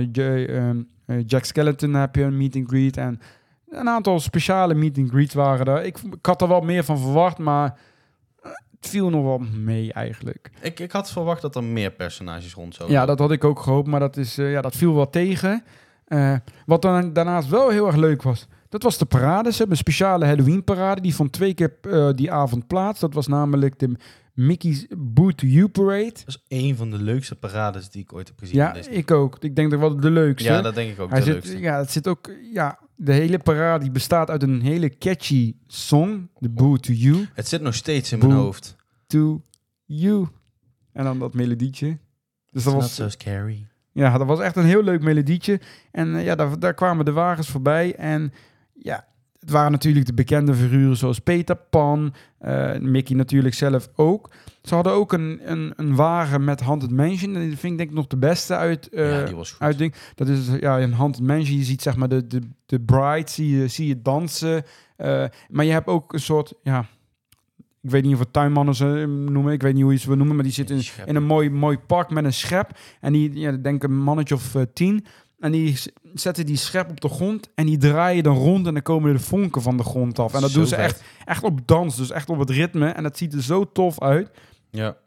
Jack Skellington heb je een meet and greet en een aantal speciale meet and greets waren er. Ik had er wel meer van verwacht, maar het viel nog wel mee eigenlijk. Ik had verwacht dat er meer personages rond zouden. Ja, dat had ik ook gehoopt, maar dat viel wel tegen. Wat dan daarnaast wel heel erg leuk was, dat was de parade. Ze hebben een speciale Halloween parade, die vond 2 keer die avond plaats. Dat was namelijk de Mickey's Boo to You Parade. Dat is een van de leukste parades die ik ooit heb gezien. Ja, ik ook. Ik denk dat wel de leukste. Ja, dat denk ik ook. Leukste. Ja, het zit ook. Ja, de hele parade die bestaat uit een hele catchy song, de Boo to You. Het zit nog steeds in mijn hoofd. To You. En dan dat melodietje. Dus dat was not so scary. Ja, dat was echt een heel leuk melodietje. En ja, daar kwamen de wagens voorbij. En ja, het waren natuurlijk de bekende figuren zoals Peter Pan. Mickey natuurlijk zelf ook. Ze hadden ook een wagen met Haunted Mansion. En die vind ik denk ik nog de beste uit. Die was goed. Uit ding. Dat is ja, een Haunted Mansion. Je ziet zeg maar de bride, zie je dansen. Maar je hebt ook een soort, ja, ik weet niet of het tuinmannen ze noemen. Ik weet niet hoe je ze wil noemen. Maar die zitten in een mooi pak met een schep. En die, denk een mannetje of 10. En die zetten die schep op de grond. En die draaien dan rond. En dan komen de vonken van de grond af. En dat doen ze echt op dans. Dus echt op het ritme. En dat ziet er zo tof uit. Ja.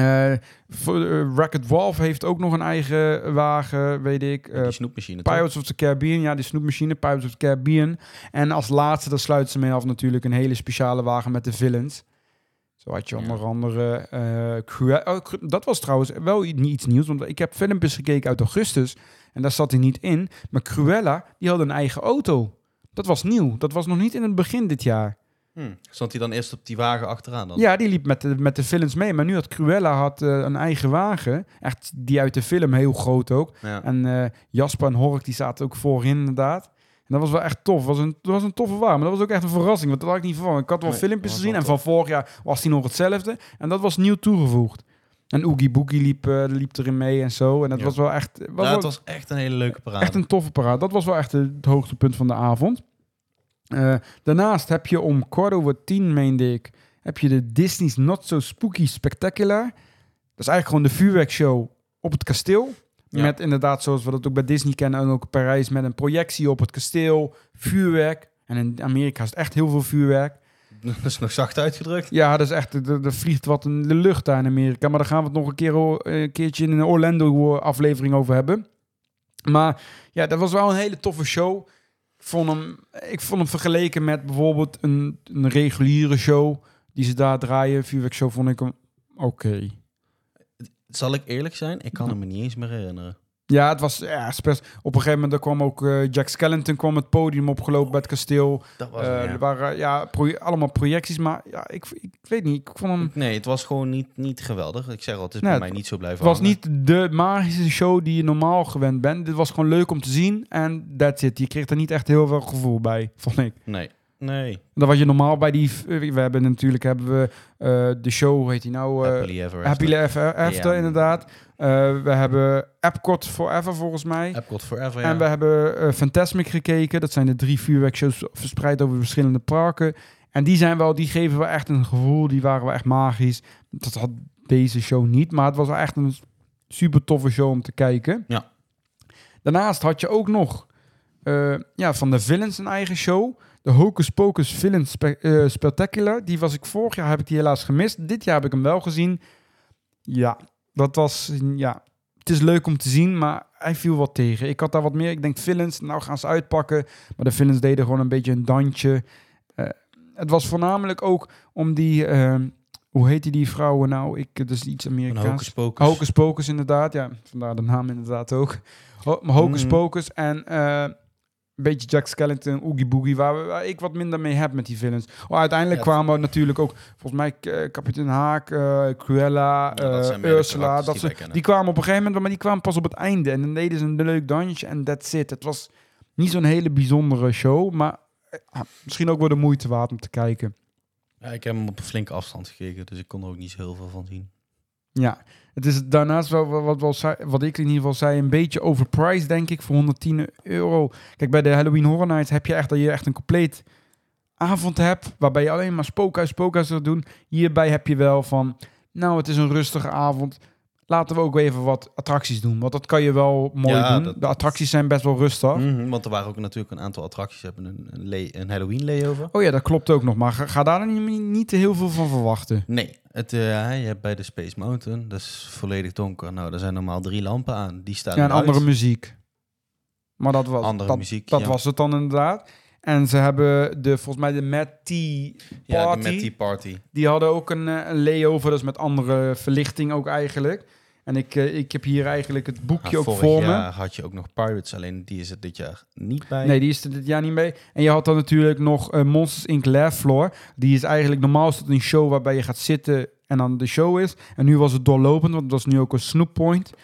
Wreck-It Ralph heeft ook nog een eigen wagen, weet ik. Die snoepmachine. Pirates of the Caribbean, ja, die snoepmachine, Pirates of the Caribbean. En als laatste, daar sluiten ze mee af natuurlijk een hele speciale wagen met de villains. Zo had je onder andere dat was trouwens wel iets nieuws, want ik heb filmpjes gekeken uit augustus en daar zat hij niet in. Maar Cruella, die had een eigen auto. Dat was nieuw. Dat was nog niet in het begin dit jaar. Stond hij dan eerst op die wagen achteraan dan? Ja, die liep met de films mee. Maar nu had Cruella een eigen wagen. Echt die uit de film, heel groot ook. Ja. En Jasper en Hork, die zaten ook voorin inderdaad. En dat was wel echt tof. Dat was een toffe wagen. Maar dat was ook echt een verrassing. Want dat had ik niet verwacht. Ik had wel filmpjes gezien. En van vorig jaar was die nog hetzelfde. En dat was nieuw toegevoegd. En Oogie Boogie liep erin mee en zo. En dat was wel echt... het was echt een hele leuke parade. Echt een toffe parade. Dat was wel echt het hoogtepunt van de avond. Daarnaast heb je om 10:15, meende ik, heb je de Disney's Not So Spooky Spectacular. Dat is eigenlijk gewoon de vuurwerkshow op het kasteel. Ja. Met inderdaad, zoals we dat ook bij Disney kennen, en ook Parijs, met een projectie op het kasteel, vuurwerk. En in Amerika is het echt heel veel vuurwerk. Dat is nog zacht uitgedrukt. Ja, dat is echt, er vliegt wat in de lucht daar in Amerika. Maar daar gaan we het nog een keertje in een Orlando aflevering over hebben. Maar ja, dat was wel een hele toffe show. Ik vond hem vergeleken met bijvoorbeeld een reguliere show die ze daar draaien. Vuurwerkshow vond ik hem oké. Zal ik eerlijk zijn? Ik kan hem me niet eens meer herinneren. Ja, het was op een gegeven moment kwam ook Jack Skellington kwam het podium opgelopen bij het kasteel. Dat was Er waren allemaal projecties, maar ja, ik weet niet. Ik vond hem... Nee, het was gewoon niet geweldig. Ik zeg al, het is Nee, bij mij niet zo blijven Het was hangen. niet de magische show die je normaal gewend bent. Dit was gewoon leuk om te zien en that's it. Je kreeg er niet echt heel veel gevoel bij, vond ik. Nee. Dat was je normaal bij die... hebben we de show, hoe heet die nou? Happily Ever Happily After. Ever After, Ja. inderdaad. We hebben Epcot Forever, volgens mij. Epcot Forever, ja. En we hebben Fantasmic gekeken. Dat zijn de 3 vuurwerkshows verspreid over verschillende parken. En die geven wel echt een gevoel. Die waren wel echt magisch. Dat had deze show niet. Maar het was wel echt een super toffe show om te kijken. Ja. Daarnaast had je ook nog van de Villains een eigen show. De Hocus Pocus Villain Spectacular. Die was ik vorig jaar, heb ik die helaas gemist. Dit jaar heb ik hem wel gezien. Ja, dat was... Ja, het is leuk om te zien, maar hij viel wat tegen. Ik had daar wat meer... Ik denk Villains, nou gaan ze uitpakken. Maar de Villains deden gewoon een beetje een dansje. Het was voornamelijk ook om die... hoe heette die vrouwen nou? Dat is iets Amerikaans. Hocus Pocus. Hocus Pocus, inderdaad. Ja, vandaar de naam inderdaad ook. Hocus Pocus en... een beetje Jack Skellington, Oogie Boogie, waar ik wat minder mee heb met die villains. Uiteindelijk kwamen natuurlijk ook, volgens mij, Kapitein Haak, Cruella, Ursula. Die kwamen op een gegeven moment, maar die kwamen pas op het einde. En dan deden ze een leuk dansje en that's it. Het was niet zo'n hele bijzondere show, maar misschien ook wel de moeite waard om te kijken. Ja, ik heb hem op een flinke afstand gekeken, dus ik kon er ook niet zo heel veel van zien. Ja, het is daarnaast wel wat ik in ieder geval zei, een beetje overpriced, denk ik, voor €110. Kijk, bij de Halloween Horror Nights heb je echt een compleet avond hebt, waarbij je alleen maar spookhuis gaat doen. Hierbij heb je wel van, nou, het is een rustige avond. Laten we ook even wat attracties doen, want dat kan je wel mooi doen. De attracties zijn best wel rustig. Want er waren ook natuurlijk een aantal attracties. Hebben een Halloween layover. Oh ja, dat klopt ook nog, maar ga daar dan niet te heel veel van verwachten. Nee, je hebt bij de Space Mountain, dat is volledig donker. Nou, er zijn normaal 3 lampen aan. Die staan en andere muziek. Maar dat was het dan inderdaad. En ze hebben volgens mij de Mad Tea Party. Ja, de Mad Tea Party. Die hadden ook een layover, dat is met andere verlichting ook eigenlijk. En ik heb hier eigenlijk het boekje ook voor me. Vorig jaar had je ook nog Pirates, alleen die is er dit jaar niet bij. Nee, die is er dit jaar niet bij. En je had dan natuurlijk nog Monsters Inc. Laugh Floor. Die is eigenlijk normaal is het een show waarbij je gaat zitten en dan de show is. En nu was het doorlopend, want dat is nu ook een Snoop Point.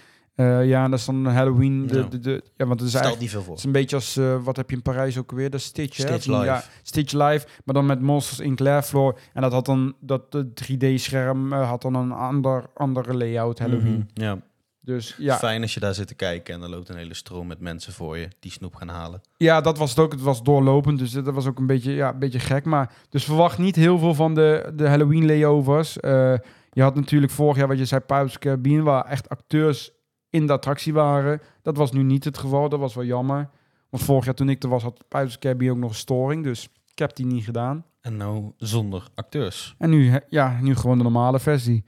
En dat is dan Halloween. Want het is Stel niet veel voor. Het is een beetje als, wat heb je in Parijs ook weer? De Stitch Live. Ja, Stitch Live, maar dan met Monsters Inc. Laugh Floor. En dat had dan, de 3D-scherm had dan een andere layout Halloween. Ja. Dus ja. Fijn als je daar zit te kijken en er loopt een hele stroom met mensen voor je die snoep gaan halen. Ja, dat was het ook. Het was doorlopend, dus dat was ook een beetje gek. Maar dus verwacht niet heel veel van de Halloween layovers. Je had natuurlijk vorig jaar, wat je zei, Pirates of the Caribbean, waar echt acteurs in de attractie waren. Dat was nu niet het geval. Dat was wel jammer. Want vorig jaar toen ik er was, had Pirates of the Caribbean ook nog een storing. Dus ik heb die niet gedaan. En nou zonder acteurs. En nu gewoon de normale versie.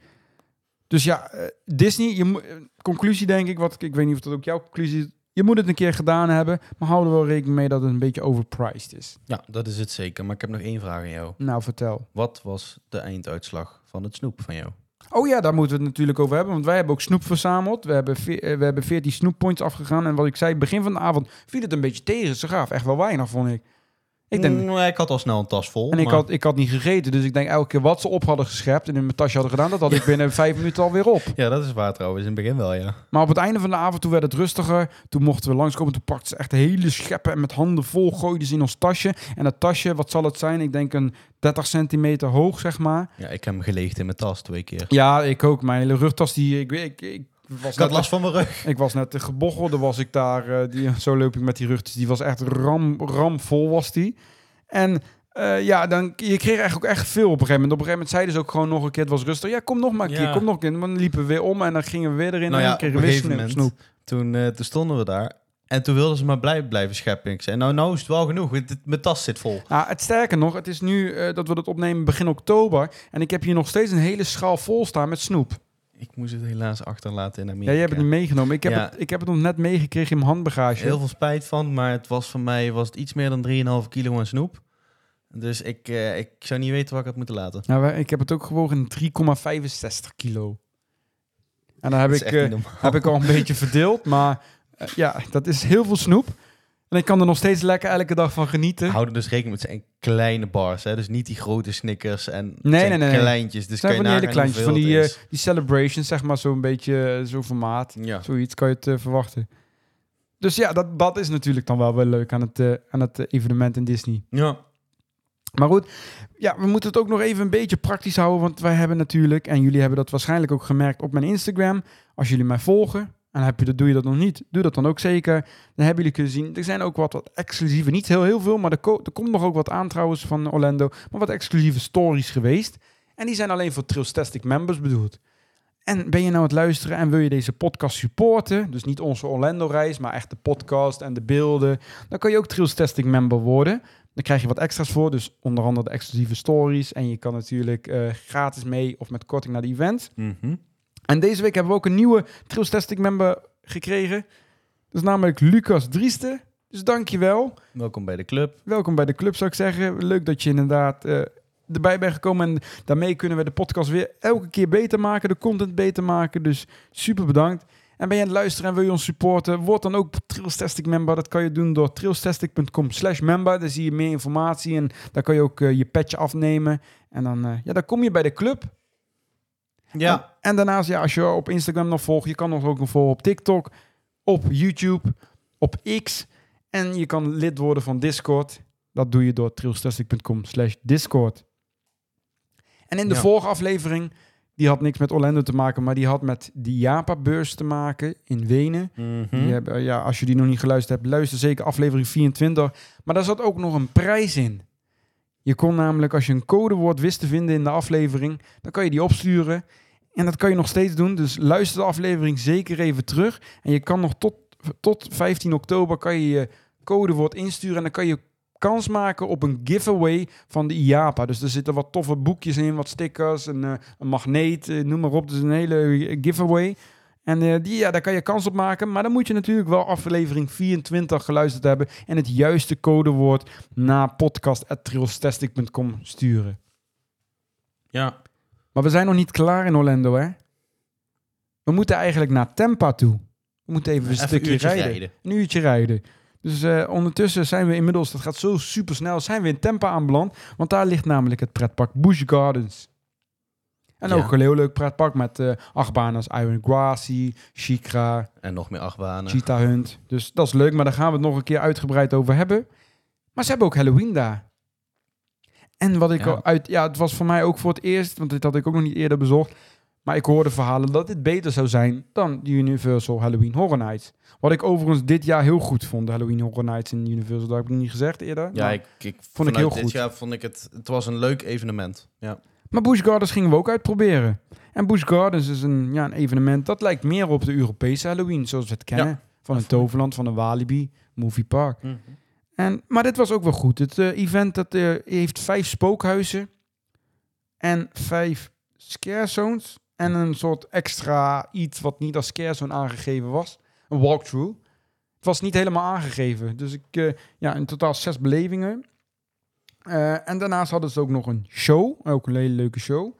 Dus ja, Disney, conclusie denk ik, ik weet niet of dat ook jouw conclusie is. Je moet het een keer gedaan hebben, maar hou er wel rekening mee dat het een beetje overpriced is. Ja, dat is het zeker. Maar ik heb nog 1 vraag aan jou. Nou, vertel. Wat was de einduitslag van het snoep van jou? Oh ja, daar moeten we het natuurlijk over hebben, want wij hebben ook snoep verzameld. We hebben 14 snoeppoints afgegaan. En wat ik zei, begin van de avond viel het een beetje tegen. Ze gaf echt wel weinig, vond ik. Ik had al snel een tas vol. En ik had niet gegeten, dus ik denk elke keer wat ze op hadden geschept en in mijn tasje hadden gedaan, dat had ik binnen 5 minuten alweer op. Ja, dat is waar trouwens. In het begin wel, ja. Maar op het einde van de avond, toen werd het rustiger. Toen mochten we langskomen. Toen pakten ze echt hele scheppen en met handen vol gooiden ze in ons tasje. En dat tasje, wat zal het zijn? Ik denk een 30 centimeter hoog, zeg maar. Ja, ik heb hem geleegd in mijn tas 2 keer. Ja, ik ook. Mijn hele rugtas, Ik had last van mijn rug. Ik was net gebocheld, was ik daar. Zo loop ik met die rugtas. Die was echt ramvol was die. En je kreeg eigenlijk ook echt veel op een gegeven moment. Op een gegeven moment zeiden ze ook gewoon nog een keer, het was rustig. Ja, kom nog maar een keer, kom nog een keer. Dan liepen we weer om en dan gingen we weer erin. Nou ja, en kregen op we een weer gegeven snoep. moment, toen stonden we daar. En toen wilden ze maar blijven scheppen. Ik zei, nou is het wel genoeg. Mijn tas zit vol. Nou, het sterke nog, het is nu dat we het opnemen begin oktober. En ik heb hier nog steeds een hele schaal vol staan met snoep. Ik moest het helaas achterlaten in Amerika. Ja, jij hebt het niet meegenomen. Ik heb het nog net meegekregen in mijn handbagage. Heel veel spijt van, maar het was voor mij iets meer dan 3,5 kilo aan snoep. Dus ik zou niet weten waar ik het moeten laten. Nou, ik heb het ook gewogen in 3,65 kilo. En dan heb ik al een beetje verdeeld, maar Ja, dat is heel veel snoep. En ik kan er nog steeds lekker elke dag van genieten. Hou er dus rekening met zijn kleine bars, hè? Dus niet die grote Snickers en Nee. kleintjes. Dus zijn kan van je die hele kleintjes, van die... die celebrations, zeg maar, zo'n beetje, zo'n formaat. Ja. Zoiets kan je het verwachten. Dus ja, dat is natuurlijk dan wel leuk aan het evenement in Disney. Ja. Maar goed, ja, we moeten het ook nog even een beetje praktisch houden, want wij hebben natuurlijk, en jullie hebben dat waarschijnlijk ook gemerkt op mijn Instagram, als jullie mij volgen, en doe je dat nog niet, doe dat dan ook zeker. Dan hebben jullie kunnen zien, er zijn ook wat exclusieve, niet heel veel, maar er komt nog ook wat aan trouwens van Orlando, maar wat exclusieve stories geweest. En die zijn alleen voor Trailstastic members bedoeld. En ben je nou aan het luisteren en wil je deze podcast supporten, dus niet onze Orlando-reis, maar echt de podcast en de beelden, dan kan je ook Trailstastic member worden. Dan krijg je wat extra's voor, dus onder andere de exclusieve stories. En je kan natuurlijk gratis mee of met korting naar de event. Mm-hmm. En deze week hebben we ook een nieuwe Trailstastic member gekregen. Dat is namelijk Lucas Drieste. Dus dankjewel. Welkom bij de club. Welkom bij de club, zou ik zeggen. Leuk dat je inderdaad erbij bent gekomen. En daarmee kunnen we de podcast weer elke keer beter maken. De content beter maken. Dus super bedankt. En ben je aan het luisteren en wil je ons supporten? Word dan ook Trailstastic member. Dat kan je doen door trailstastic.com/member. Daar zie je meer informatie en daar kan je ook je petje afnemen. En dan kom je bij de club. Ja. En daarnaast, ja, als je op Instagram nog volgt, je kan nog ook nog volgen op TikTok, op YouTube, op X. En je kan lid worden van Discord. Dat doe je door trailstastic.com/Discord. En in de vorige aflevering, die had niks met Orlando te maken, maar die had met de IAPA-beurs te maken in Wenen. Mm-hmm. Als je die nog niet geluisterd hebt, luister zeker aflevering 24. Maar daar zat ook nog een prijs in. Je kon namelijk, als je een codewoord wist te vinden in de aflevering, dan kan je die opsturen. En dat kan je nog steeds doen. Dus luister de aflevering zeker even terug. En je kan nog tot 15 oktober kan je codewoord insturen. En dan kan je kans maken op een giveaway van de IAPA. Dus er zitten wat toffe boekjes in, wat stickers, een magneet, noem maar op. Dus een hele giveaway. En daar kan je kans op maken. Maar dan moet je natuurlijk wel aflevering 24 geluisterd hebben en het juiste codewoord naar podcast@trailstastic.com sturen. Ja. Maar we zijn nog niet klaar in Orlando, hè? We moeten eigenlijk naar Tampa toe. We moeten even een stukje rijden. Een uurtje rijden. Dus ondertussen zijn we inmiddels, dat gaat zo super snel, zijn we in Tampa aanbeland. Want daar ligt namelijk het pretpark Busch Gardens. En ook een heel leuk pretpark met achtbanen als Iron Gracie, Shikra. En nog meer achtbanen. Cheetah Hunt. Dus dat is leuk, maar daar gaan we het nog een keer uitgebreid over hebben. Maar ze hebben ook Halloween daar. En wat ik het was voor mij ook voor het eerst, want dit had ik ook nog niet eerder bezocht. Maar ik hoorde verhalen dat dit beter zou zijn dan de Universal Halloween Horror Nights. Wat ik overigens dit jaar heel goed vond, de Halloween Horror Nights in Universal. Dat heb ik nog niet gezegd eerder. Ja, ik vond ik heel goed. Dit jaar vond ik het was een leuk evenement. Ja. Maar Busch Gardens gingen we ook uitproberen. En Busch Gardens is een evenement dat lijkt meer op de Europese Halloween, zoals we het kennen. Ja, van een Toverland, van een Walibi Movie Park. Mm-hmm. Maar dit was ook wel goed. Het event dat heeft 5 spookhuizen en 5 scare zones. En een soort extra iets wat niet als scare zone aangegeven was. Een walkthrough. Het was niet helemaal aangegeven. Dus in totaal 6 belevingen. En daarnaast hadden ze ook nog een show. Ook een hele leuke show.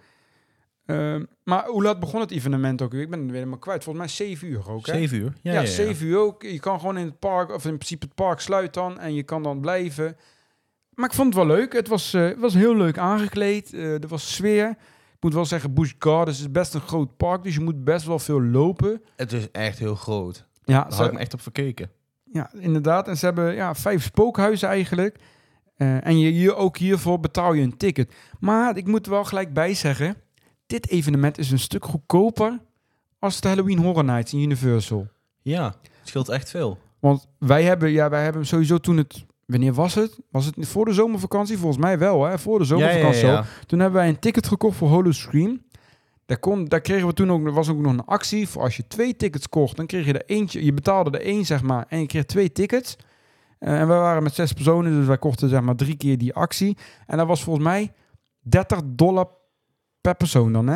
Maar hoe laat begon het evenement ook? Ik ben het weer helemaal kwijt. Volgens mij 7 uur ook. Hè? 7 uur? Ja, 7 uur ook. Je kan gewoon in het park, of in principe het park sluit dan. En je kan dan blijven. Maar ik vond het wel leuk. Het was heel leuk aangekleed. Er was sfeer. Ik moet wel zeggen, Busch Gardens is best een groot park. Dus je moet best wel veel lopen. Het is echt heel groot. Ja, daar had ik me echt op verkeken. Ja, inderdaad. En ze hebben 5 spookhuizen eigenlijk. En ook hiervoor betaal je een ticket. Maar ik moet er wel gelijk bij zeggen, dit evenement is een stuk goedkoper als de Halloween Horror Nights in Universal. Ja, het scheelt echt veel. Want wij hebben sowieso toen het... Wanneer was het? Was het voor de zomervakantie? Volgens mij wel, hè? Voor de zomervakantie. Ja. Toen hebben wij een ticket gekocht voor Howl-O-Scream. Daar kregen we toen ook... Er was ook nog een actie voor als je 2 tickets kocht. Dan kreeg je er eentje... Je betaalde er 1, zeg maar. En je kreeg 2 tickets. En we waren met 6 personen. Dus wij kochten, zeg maar, 3 keer die actie. En dat was volgens mij $30 per persoon dan, hè?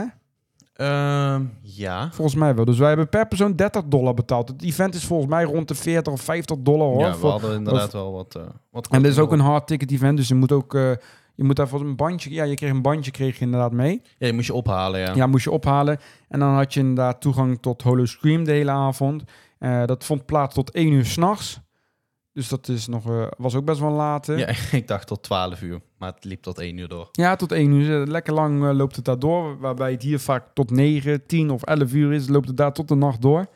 Ja. Volgens mij wel. Dus wij hebben per persoon $30 betaald. Het event is volgens mij rond de $40 of $50 hoor. Ja, we hadden inderdaad wel wat en dit is ook een hard ticket event, dus je moet ook... je moet daarvoor een bandje... Ja, je kreeg een bandje kreeg je inderdaad mee. Ja, je moest je ophalen, ja. Ja, moest je ophalen. En dan had je inderdaad toegang tot Howl-O-Scream de hele avond. Dat vond plaats tot 1 uur 's nachts. Dus dat is was ook best wel laat. Ja, ik dacht tot 12 uur, maar het liep tot 1 uur door. Ja, tot 1 uur. Lekker lang loopt het daar door. Waarbij het hier vaak tot 9, 10 of 11 uur is, loopt het daar tot de nacht door.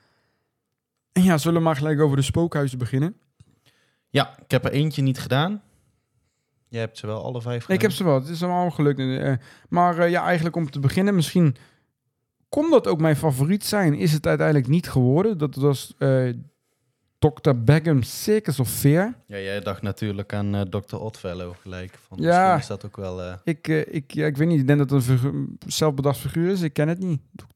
En ja, zullen we maar gelijk over de spookhuizen beginnen? Ja, ik heb er eentje niet gedaan. Jij hebt ze wel alle 5 gedaan? Ik heb ze wel. Het is allemaal gelukt. Maar ja, eigenlijk om te beginnen, misschien kon dat ook mijn favoriet zijn. Is het uiteindelijk niet geworden. Dat was Dr. Begum's Circus of Fear. Ja, jij dacht natuurlijk aan Dr. Oddfellow gelijk. Van, Ja. misschien is dat ook wel... Ik weet niet. Ik denk dat het een zelfbedacht figuur is. Ik ken het niet. Dr.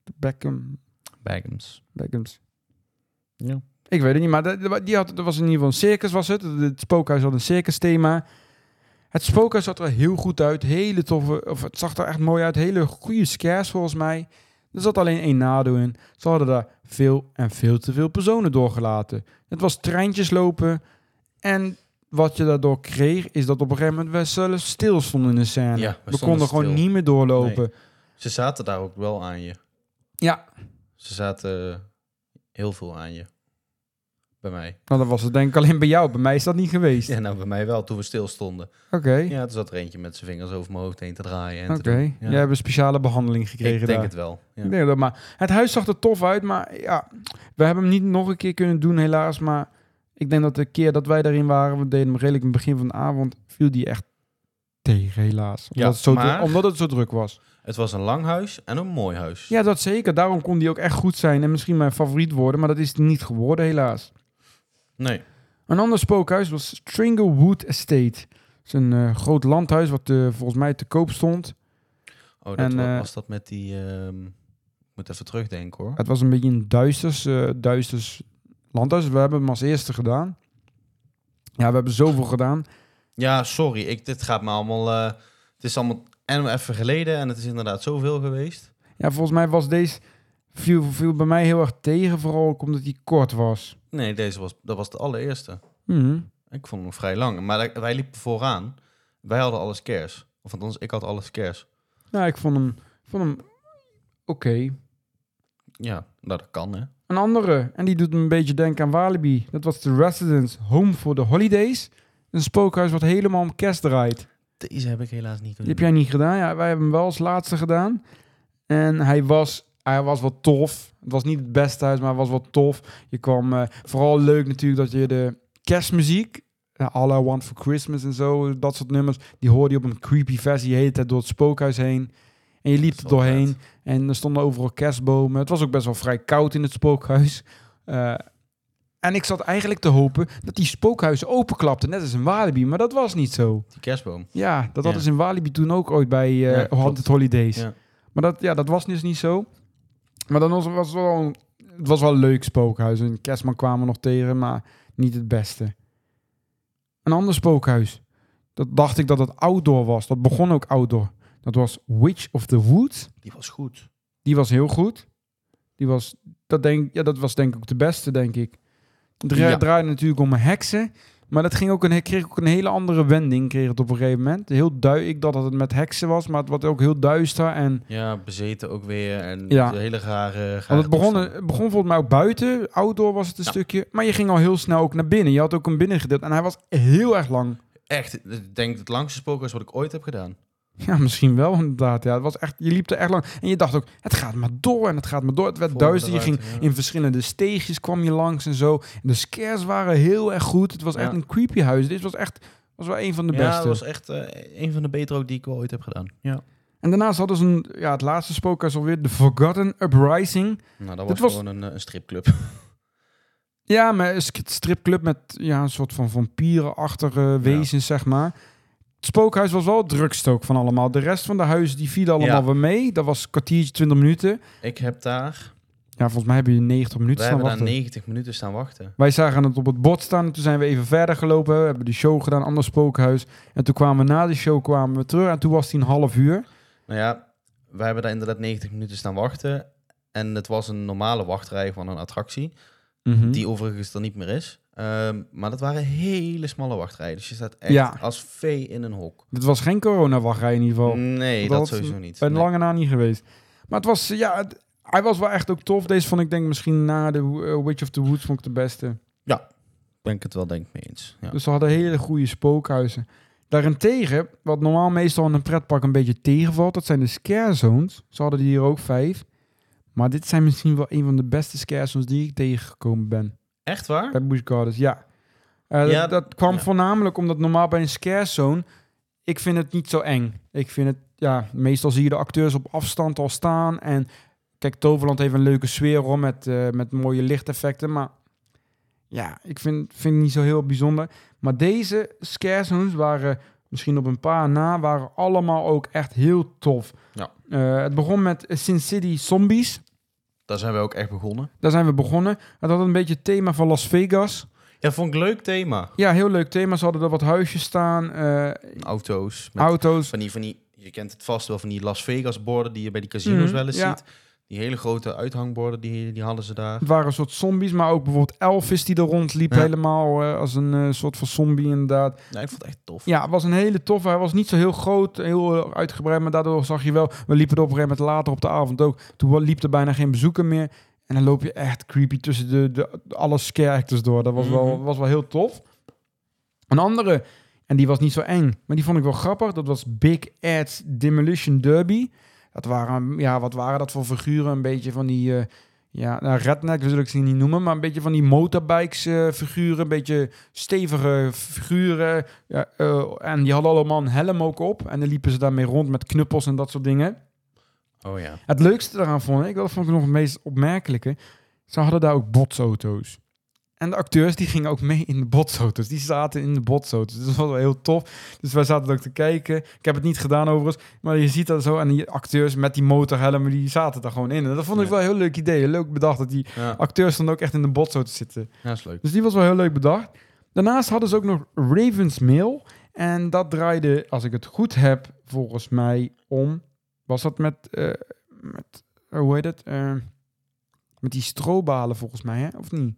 Begum's. Ja. Ik weet het niet, maar dat was in ieder geval een circus was het. Het spookhuis had een circus thema. Het spookhuis zat er heel goed uit. Hele toffe, of het zag er echt mooi uit. Hele goede scares volgens mij. Er zat alleen 1 nadeel in. Ze hadden daar veel te veel personen doorgelaten. Het was treintjes lopen. En wat je daardoor kreeg, is dat op een gegeven moment we zelf stil stonden in de scène. Ja, we konden gewoon stil. niet meer doorlopen. Nee. Ze zaten daar ook wel aan je. Ja. Ze zaten heel veel aan je. Bij mij. Nou, dat was het denk ik alleen bij jou. Bij mij is dat niet geweest. Ja, nou bij mij wel, toen we stil stonden. Oké. Ja, toen zat er eentje met zijn vingers over mijn hoofd heen te draaien. En te Oké. doen. Ja. Jij hebt een speciale behandeling gekregen Ik denk daar. het wel. Ja. Ik denk dat, maar het huis zag er tof uit, maar ja, we hebben hem niet nog een keer kunnen doen helaas. Maar ik denk dat de keer dat wij daarin waren, we deden hem redelijk in het begin van de avond, viel die echt tegen helaas. Omdat, Ja, het, zo maar- omdat het zo druk was. Het was een lang huis en een mooi huis. Ja, dat zeker. Daarom kon die ook echt goed zijn en misschien mijn favoriet worden, maar dat is niet geworden helaas. Nee. Een ander spookhuis was Stranglewood Estate. Dat is een groot landhuis wat volgens mij te koop stond. Oh, dat En, was dat met die... ik moet even terugdenken hoor. Het was een beetje een duisters landhuis. We hebben hem als eerste gedaan. Ja, we hebben zoveel gedaan. Ja, sorry. Dit gaat me allemaal... het is allemaal even geleden en het is inderdaad zoveel geweest. Ja, volgens mij was deze... Viel bij mij heel erg tegen, vooral ook omdat hij kort was. Nee, dat was de allereerste. Mhm. Ik vond hem vrij lang. Maar wij liepen vooraan. Wij hadden alle scares. Of althans, ik had alle scares. Nou, ik vond hem oké. Ja, nou, dat kan, hè. Een andere, en die doet me een beetje denken aan Walibi. Dat was The Residence Home for the Holidays. Een spookhuis wat helemaal om kerst draait. Deze heb ik helaas niet Die kunnen heb jij niet gedaan? Ja, wij hebben hem wel als laatste gedaan. En hij was wel tof. Het was niet het beste huis, maar hij was wel tof. Je kwam vooral leuk natuurlijk dat je de kerstmuziek, All I Want for Christmas en zo, dat soort nummers, die hoorde je op een creepy versie de hele tijd door het spookhuis heen. En je liep er doorheen. vet. En er stonden overal kerstbomen. Het was ook best wel vrij koud in het spookhuis. En ik zat eigenlijk te hopen dat die spookhuizen openklapten, net als in Walibi. Maar dat was niet zo. Die kerstboom. Ja, dat Ja. hadden ze in Walibi toen ook ooit bij Ja, klopt. Haunted Holidays. Ja. Maar dat was dus niet zo. Maar dan het was wel een leuk spookhuis. Een kerstman kwamen we nog tegen, maar niet het beste. Een ander spookhuis. Dat dacht ik dat het outdoor was. Dat begon ook outdoor. Dat was Witch of the Woods. Die was goed. Die was heel goed. Dat was denk ik ook de beste, denk ik. Het Ja. draaide natuurlijk om heksen. Maar dat kreeg ook een hele andere wending, kreeg het op een gegeven moment. Ik dacht dat het met heksen was, maar het was ook heel duister. En, Ja, bezeten ook weer. En Ja. de hele rare want het begon toestanden. volgens mij ook buiten. Outdoor was het een Ja. stukje. Maar je ging al heel snel ook naar binnen. Je had ook een binnengedeelte. En hij was heel erg lang. Echt, ik denk het langste spookhuis wat ik ooit heb gedaan. Ja, misschien wel inderdaad. Ja, het was echt, je liep er echt lang. En je dacht ook, het gaat maar door en het gaat maar door. Het werd Voor duister. Je de ging ruimte, ja. in verschillende steegjes kwam je langs en zo. En de scares waren heel erg goed. Het was echt Ja. een creepy huis. Dit was wel een van de Ja, beste. dat was echt een van de betere ook die ik ooit heb gedaan. Ja. En daarnaast hadden ze het laatste spookhuis alweer, The Forgotten Uprising. Nou, dat Dit was was- gewoon een stripclub. Ja, maar een stripclub met een soort van vampierenachtige wezens, zeg maar. Het spookhuis was wel het drukste ook van allemaal. De rest van de huizen die vielen allemaal Ja. weer mee. Dat was een kwartiertje, 20 minuten. Ik heb daar... Ja, volgens mij heb je 90 minuten Wij staan hebben daar wachten. 90 minuten staan wachten. Wij zagen het op het bord staan. En toen zijn we even verder gelopen. We hebben de show gedaan, ander spookhuis. En toen kwamen we na de show terug. En toen was die een half uur. Nou ja, wij hebben daar inderdaad 90 minuten staan wachten. En het was een normale wachtrij van een attractie. Mhm. Die overigens er niet meer is. Maar dat waren hele smalle wachtrijen. Dus je staat echt Ja. als vee in een hok. Het was geen corona-wachtrij in ieder geval. Nee, Dat dat was sowieso niet. Bij Nee. lange na niet geweest. Maar het was, Hij was wel echt ook tof. Deze vond ik denk misschien na de Witch of the Woods vond ik de beste. Ben ik het wel denk ik mee eens. Ja. Dus ze hadden hele goede spookhuizen. Daarentegen, wat normaal meestal in een pretpark een beetje tegenvalt, dat zijn de scare zones. Ze hadden die hier ook 5. Maar dit zijn misschien wel een van de beste scare zones die ik tegengekomen ben. Echt waar? Bij Busch Gardens, ja. Ja, dat kwam ja. voornamelijk omdat normaal bij een scare zone, ik vind het niet zo eng. Ik vind het, ja, meestal zie je de acteurs op afstand al staan. En kijk, Toverland heeft een leuke sfeer hoor, met mooie lichteffecten. Maar ja, ik vind het niet zo heel bijzonder. Maar deze scare zones waren misschien op een paar na, waren allemaal ook echt heel tof. Ja. Het begon met Sin City Zombies. Daar zijn we ook echt begonnen. Daar zijn we begonnen. Het had een beetje het thema van Las Vegas. Ja, vond ik een leuk thema. Ja, heel leuk thema. Ze hadden er wat huisjes staan. Auto's. Met Auto's. van die, je kent het vast wel, van die Las Vegas borden die je bij die casinos wel eens ja. ziet. Die hele grote uithangborden, die hadden ze daar. Het waren een soort zombies, maar ook bijvoorbeeld Elvis die er rondliep. Ja. Helemaal als een soort van zombie inderdaad. Nee, ik vond het echt tof. Ja, het was een hele toffe. Hij was niet zo heel groot, heel uitgebreid, maar daardoor zag je wel... We liepen er op een gegeven moment later op de avond ook. Toen liep er bijna geen bezoeker meer. En dan loop je echt creepy tussen alle scare actors door. Dat was wel heel tof. Een andere, en die was niet zo eng, maar die vond ik wel grappig. Dat was Big Ed's Demolition Derby. Dat waren, ja, wat waren dat voor figuren? Een beetje van die, redneck wil ik ze niet noemen, maar een beetje van die motorbikes figuren, een beetje stevige figuren. Ja, en die hadden allemaal een helm ook op. En dan liepen ze daarmee rond met knuppels en dat soort dingen. Oh ja. Het leukste daaraan vond ik, dat vond ik nog het meest opmerkelijke, ze hadden daar ook botsauto's. En de acteurs die gingen ook mee in de botsauto's. Die zaten in de botsauto's. Dus dat was wel heel tof. Dus wij zaten ook te kijken. Ik heb het niet gedaan overigens. Maar je ziet dat zo. En die acteurs met die motorhelmen, die zaten daar gewoon in. En dat vond ik wel een heel leuk idee. Leuk bedacht dat die acteurs dan ook echt in de botsauto's zitten. Ja, dat is leuk. Dus die was wel heel leuk bedacht. Daarnaast hadden ze ook nog Raven's Mail. En dat draaide, als ik het goed heb, volgens mij om... Was dat met hoe heet het? Met die strobalen volgens mij, hè? Of niet?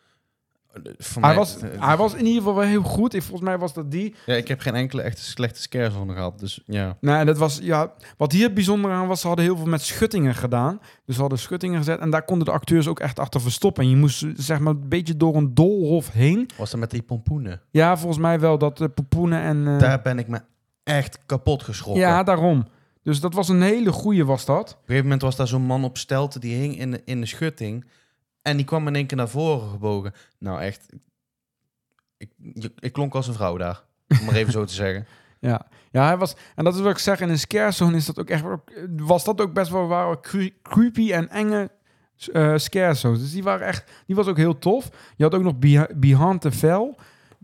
Hij was in ieder geval wel heel goed. Volgens mij was dat die. Ja, ik heb geen enkele echte slechte scarezone gehad, dus ja. Nee, dat was, ja, wat hier bijzonder aan was, ze hadden heel veel met schuttingen gedaan. Dus ze hadden schuttingen gezet en daar konden de acteurs ook echt achter verstoppen. En je moest zeg maar een beetje door een doolhof heen. Was dat met die pompoenen? Ja, volgens mij wel, dat pompoenen en... Daar ben ik me echt kapot geschrokken. Ja, daarom. Dus dat was een hele goeie, was dat. Op een gegeven moment was daar zo'n man op stelten, die hing in de schutting. En die kwam in één keer naar voren gebogen. Nou echt, ik klonk als een vrouw daar. Om maar even zo te zeggen. Ja, hij was... En dat is wat ik zeg, in een scare zone is dat ook echt... Was dat ook best wel creepy en enge scare zones. Dus die was ook heel tof. Je had ook nog Behind the Veil.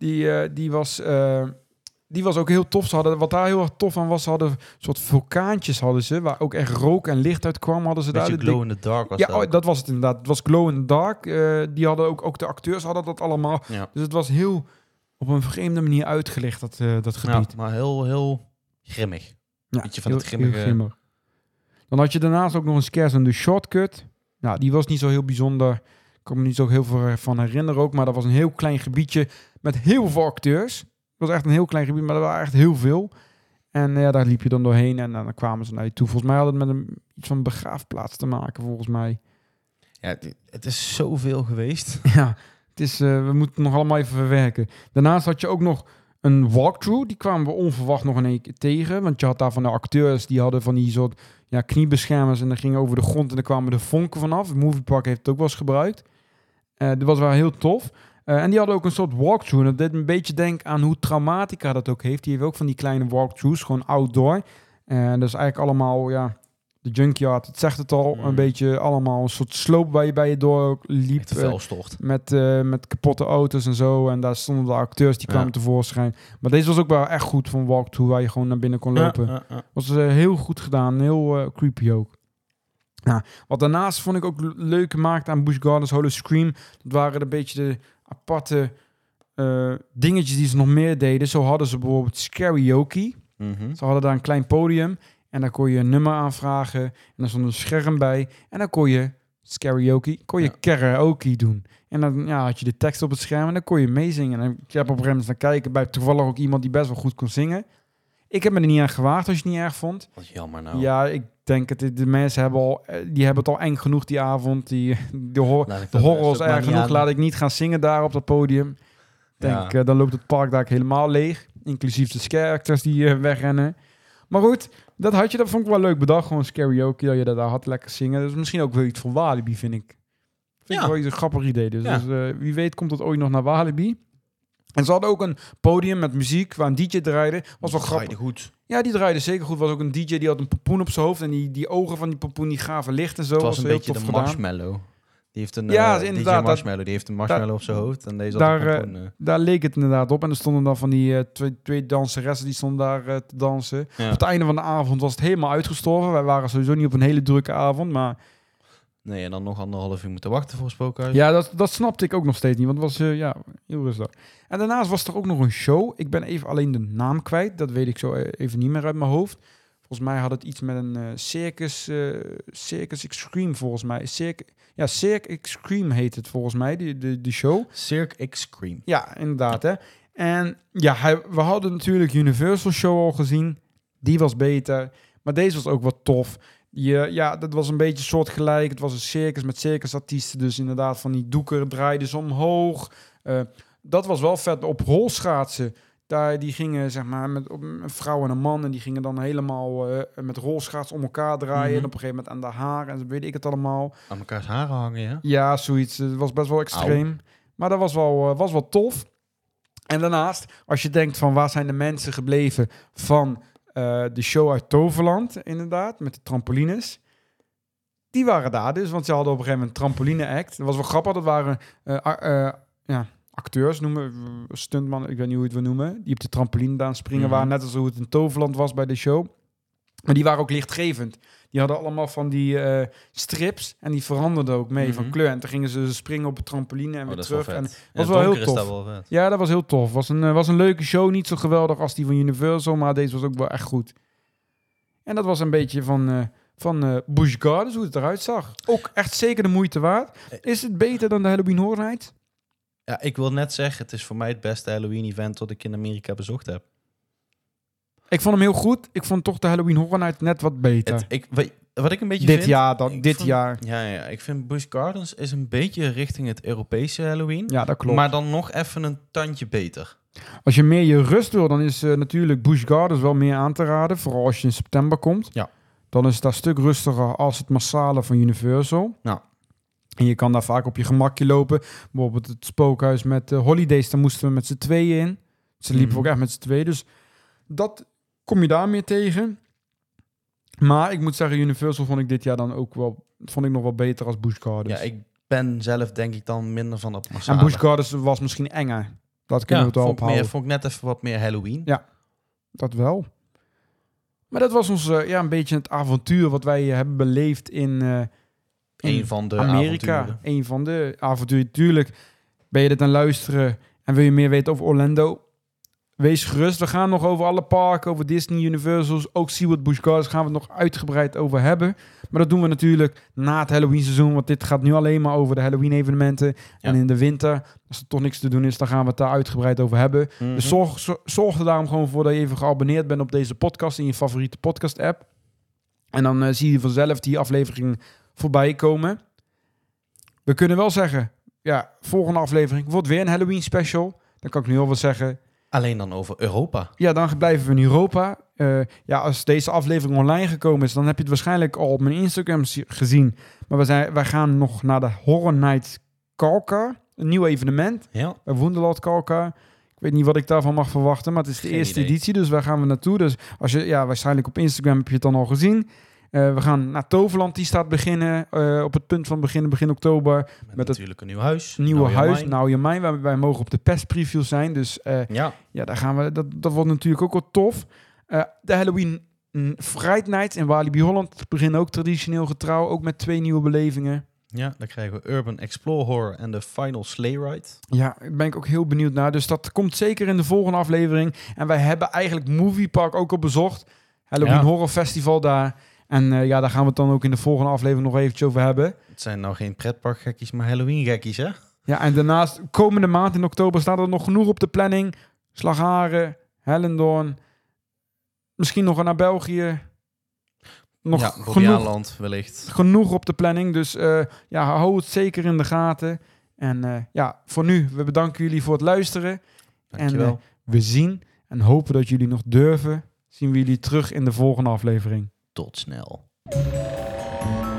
Die was ook heel tof. Ze hadden, wat daar heel erg tof aan was, ze hadden een soort vulkaantjes hadden ze, waar ook echt rook en licht uit kwam. Hadden ze daar. Glow in the dark was ja, dat. Dat was het inderdaad. Het was glow in the dark. Die hadden ook de acteurs hadden dat allemaal. Ja. Dus het was heel op een vreemde manier uitgelicht, dat gebied. Ja, maar heel grimmig. Ja, beetje van het grimmige... heel grimmig. Dan had je daarnaast ook nog een scare zone, de Shortcut. Nou, die was niet zo heel bijzonder. Ik kan me niet zo heel veel van herinneren ook, maar dat was een heel klein gebiedje met heel veel acteurs. Het was echt een heel klein gebied, maar er waren echt heel veel. En ja, daar liep je dan doorheen en dan kwamen ze naar je toe. Volgens mij had het met iets van een begraafplaats te maken, volgens mij. Ja, het is zoveel geweest. Ja, het is, we moeten het nog allemaal even verwerken. Daarnaast had je ook nog een walkthrough. Die kwamen we onverwacht nog in één keer tegen. Want je had daar van de acteurs, die hadden van die soort kniebeschermers. En dan gingen over de grond en dan kwamen de vonken vanaf. Het Moviepark heeft het ook wel eens gebruikt. Dat was wel heel tof. En die hadden ook een soort walkthrough. En dat deed een beetje denken aan hoe Traumatica dat ook heeft. Die heeft ook van die kleine walkthroughs, gewoon outdoor. En dat is eigenlijk allemaal, de junkyard, het zegt het al, een beetje allemaal een soort sloop waar je bij je door liep. Met kapotte auto's en zo. En daar stonden de acteurs, die kwamen tevoorschijn. Maar deze was ook wel echt goed van walkthrough, waar je gewoon naar binnen kon lopen. Was heel goed gedaan, heel creepy ook. Nou, wat daarnaast vond ik ook leuk gemaakt aan Busch Gardens Hollow Scream. Dat waren een beetje de aparte dingetjes die ze nog meer deden. Zo hadden ze bijvoorbeeld Scarioke. Ze hadden daar een klein podium. En daar kon je een nummer aanvragen. En daar stond een scherm bij. En dan kon je karaoke doen. En dan had je de tekst op het scherm en dan kon je meezingen. En ik heb op een gegeven moment naar kijken bij toevallig ook iemand die best wel goed kon zingen. Ik heb me er niet aan gewaagd als je het niet erg vond. Wat jammer nou. Ja, ik denk het. De mensen hebben het al eng genoeg die avond. De horror is erg genoeg. Laat ik niet gaan zingen daar op dat podium. Denk, dan loopt het park daar helemaal leeg. Inclusief de scare-actors die wegrennen. Maar goed, dat vond ik wel leuk bedacht. Gewoon karaoke, dat je daar had lekker zingen. Dus misschien ook wel iets voor Walibi, vind ik. Vind ik wel een grappig idee. Dus wie weet komt het ooit nog naar Walibi. En ze hadden ook een podium met muziek waar een DJ draaide. Was wel grappig. Goed. Ja, die draaide zeker goed. Was ook een DJ die had een pompoen op zijn hoofd. En die ogen van die pompoen die gaven licht en zo. Het was een heel beetje tof de gedaan. Marshmallow. Die heeft een inderdaad, DJ Marshmallow. Die heeft een marshmallow op zijn hoofd. En deze daar leek het inderdaad op. En er stonden dan van die twee danseressen die stonden daar te dansen. Ja. Op het einde van de avond was het helemaal uitgestorven. Wij waren sowieso niet op een hele drukke avond, maar... Nee, en dan nog 1,5 uur moeten wachten voor een spookhuis. Ja, dat snapte ik ook nog steeds niet, want het was heel rustig. En daarnaast was er ook nog een show. Ik ben even alleen de naam kwijt. Dat weet ik zo even niet meer uit mijn hoofd. Volgens mij had het iets met een Circus Extreme, volgens mij. Cirque Extreme heet het volgens mij, die show. Cirque Extreme. Ja, inderdaad. Hè. En ja, we hadden natuurlijk Universal Show al gezien. Die was beter. Maar deze was ook wat tof. Dat was een beetje soortgelijk. Het was een circus met circusartiesten. Dus inderdaad van die doeken draaiden ze omhoog. Dat was wel vet. Op rolschaatsen. Die gingen zeg maar met een vrouw en een man. En die gingen dan helemaal met rolschaats om elkaar draaien. Mm-hmm. En op een gegeven moment aan de haren. En zo weet ik het allemaal. Aan mekaars haren hangen, ja? Ja, zoiets. Het was best wel extreem. Maar dat was wel tof. En daarnaast, als je denkt van waar zijn de mensen gebleven van de show uit Toverland, inderdaad, met de trampolines. Die waren daar dus, want ze hadden op een gegeven moment een trampoline-act. Dat was wel grappig, dat waren acteurs, stuntman, ik weet niet hoe je het wil noemen, die op de trampoline daar springen waren, net als hoe het in Toverland was bij de show. Maar die waren ook lichtgevend. Die hadden allemaal van die strips en die veranderden ook mee van kleur. En toen gingen ze springen op het trampoline en weer terug. En dat was wel heel tof. Ja, dat was heel tof. Was een leuke show. Niet zo geweldig als die van Universal, maar deze was ook wel echt goed. En dat was een beetje van Busch Gardens, hoe het eruit zag. Ook echt zeker de moeite waard. Is het beter dan de Halloween Horror Nights? Ja, ik wil net zeggen, het is voor mij het beste Halloween-event dat ik in Amerika bezocht heb. Ik vond hem heel goed. Ik vond toch de Halloween Horror Night net wat beter. Wat ik een beetje dit vind... jaar, dit jaar. Ja, ik vind Busch Gardens is een beetje richting het Europese Halloween. Ja, dat klopt. Maar dan nog even een tandje beter. Als je meer je rust wil, dan is natuurlijk Busch Gardens wel meer aan te raden. Vooral als je in september komt. Ja. Dan is het daar een stuk rustiger als het massale van Universal. Nou. En je kan daar vaak op je gemakje lopen. Bijvoorbeeld het spookhuis met Holidays, daar moesten we met z'n tweeën in. Ze liepen ook echt met z'n tweeën. Dus dat kom je daar meer tegen. Maar ik moet zeggen, Universal vond ik dit jaar dan ook wel... vond ik nog wel beter als Busch Gardens. Ja, ik ben zelf denk ik dan minder van dat massale. En Busch Gardens was misschien enger. Dat kunnen we het wel ophouden. Vond ik net even wat meer Halloween. Ja, dat wel. Maar dat was ons een beetje het avontuur wat wij hebben beleefd in een van de Amerika. avonturen. Een van de avonturen. Tuurlijk ben je dit aan luisteren en wil je meer weten over Orlando. Wees gerust. We gaan nog over alle parken, over Disney, Universals, ook SeaWorld, Busch Gardens gaan we het nog uitgebreid over hebben. Maar dat doen we natuurlijk na het Halloween seizoen, want dit gaat nu alleen maar over de Halloween evenementen. Ja. En in de winter, als er toch niks te doen is, dan gaan we het daar uitgebreid over hebben. Mm-hmm. Dus zorg er daarom gewoon voor dat je even geabonneerd bent op deze podcast in je favoriete podcast app. En dan zie je vanzelf die aflevering voorbij komen. We kunnen wel zeggen, ja, volgende aflevering wordt weer een Halloween special. Dan kan ik nu al wat zeggen. Alleen dan over Europa. Ja, dan blijven we in Europa. Als deze aflevering online gekomen is, dan heb je het waarschijnlijk al op mijn Instagram gezien. Maar wij gaan nog naar de Horror Night Kalkar. Een nieuw evenement. Ja. Bij Wonderland Kalkar. Ik weet niet wat ik daarvan mag verwachten, maar het is de eerste editie. Dus waar gaan we naartoe? Dus als je, waarschijnlijk op Instagram heb je het dan al gezien. We gaan naar Toverland, die staat beginnen op het punt van begin oktober. Met natuurlijk een nieuw huis. Nieuwe huis, Nou Je Mijn. Wij mogen op de perspreview zijn. Dus daar gaan we. Dat wordt natuurlijk ook wel tof. De Halloween Fright Nights in Walibi Holland beginnen ook traditioneel getrouw. Ook met 2 nieuwe belevingen. Ja, dan krijgen we Urban Explore Horror en de Final Sleigh Ride. Ja, daar ben ik ook heel benieuwd naar. Dus dat komt zeker in de volgende aflevering. En wij hebben eigenlijk Movie Park ook al bezocht. Halloween Horror Festival daar. En daar gaan we het dan ook in de volgende aflevering nog eventjes over hebben. Het zijn nou geen pretparkgekkies, maar Halloween-gekkies, hè? Ja, en daarnaast, komende maand in oktober staat er nog genoeg op de planning. Slagharen, Hellendoorn, Misschien nog naar België. Nog Ja, genoeg, Bobbejaanland wellicht. genoeg op de planning. Dus hou het zeker in de gaten. En voor nu, we bedanken jullie voor het luisteren. Dankjewel. En we zien en hopen dat jullie nog durven. Zien we jullie terug in de volgende aflevering. Tot snel.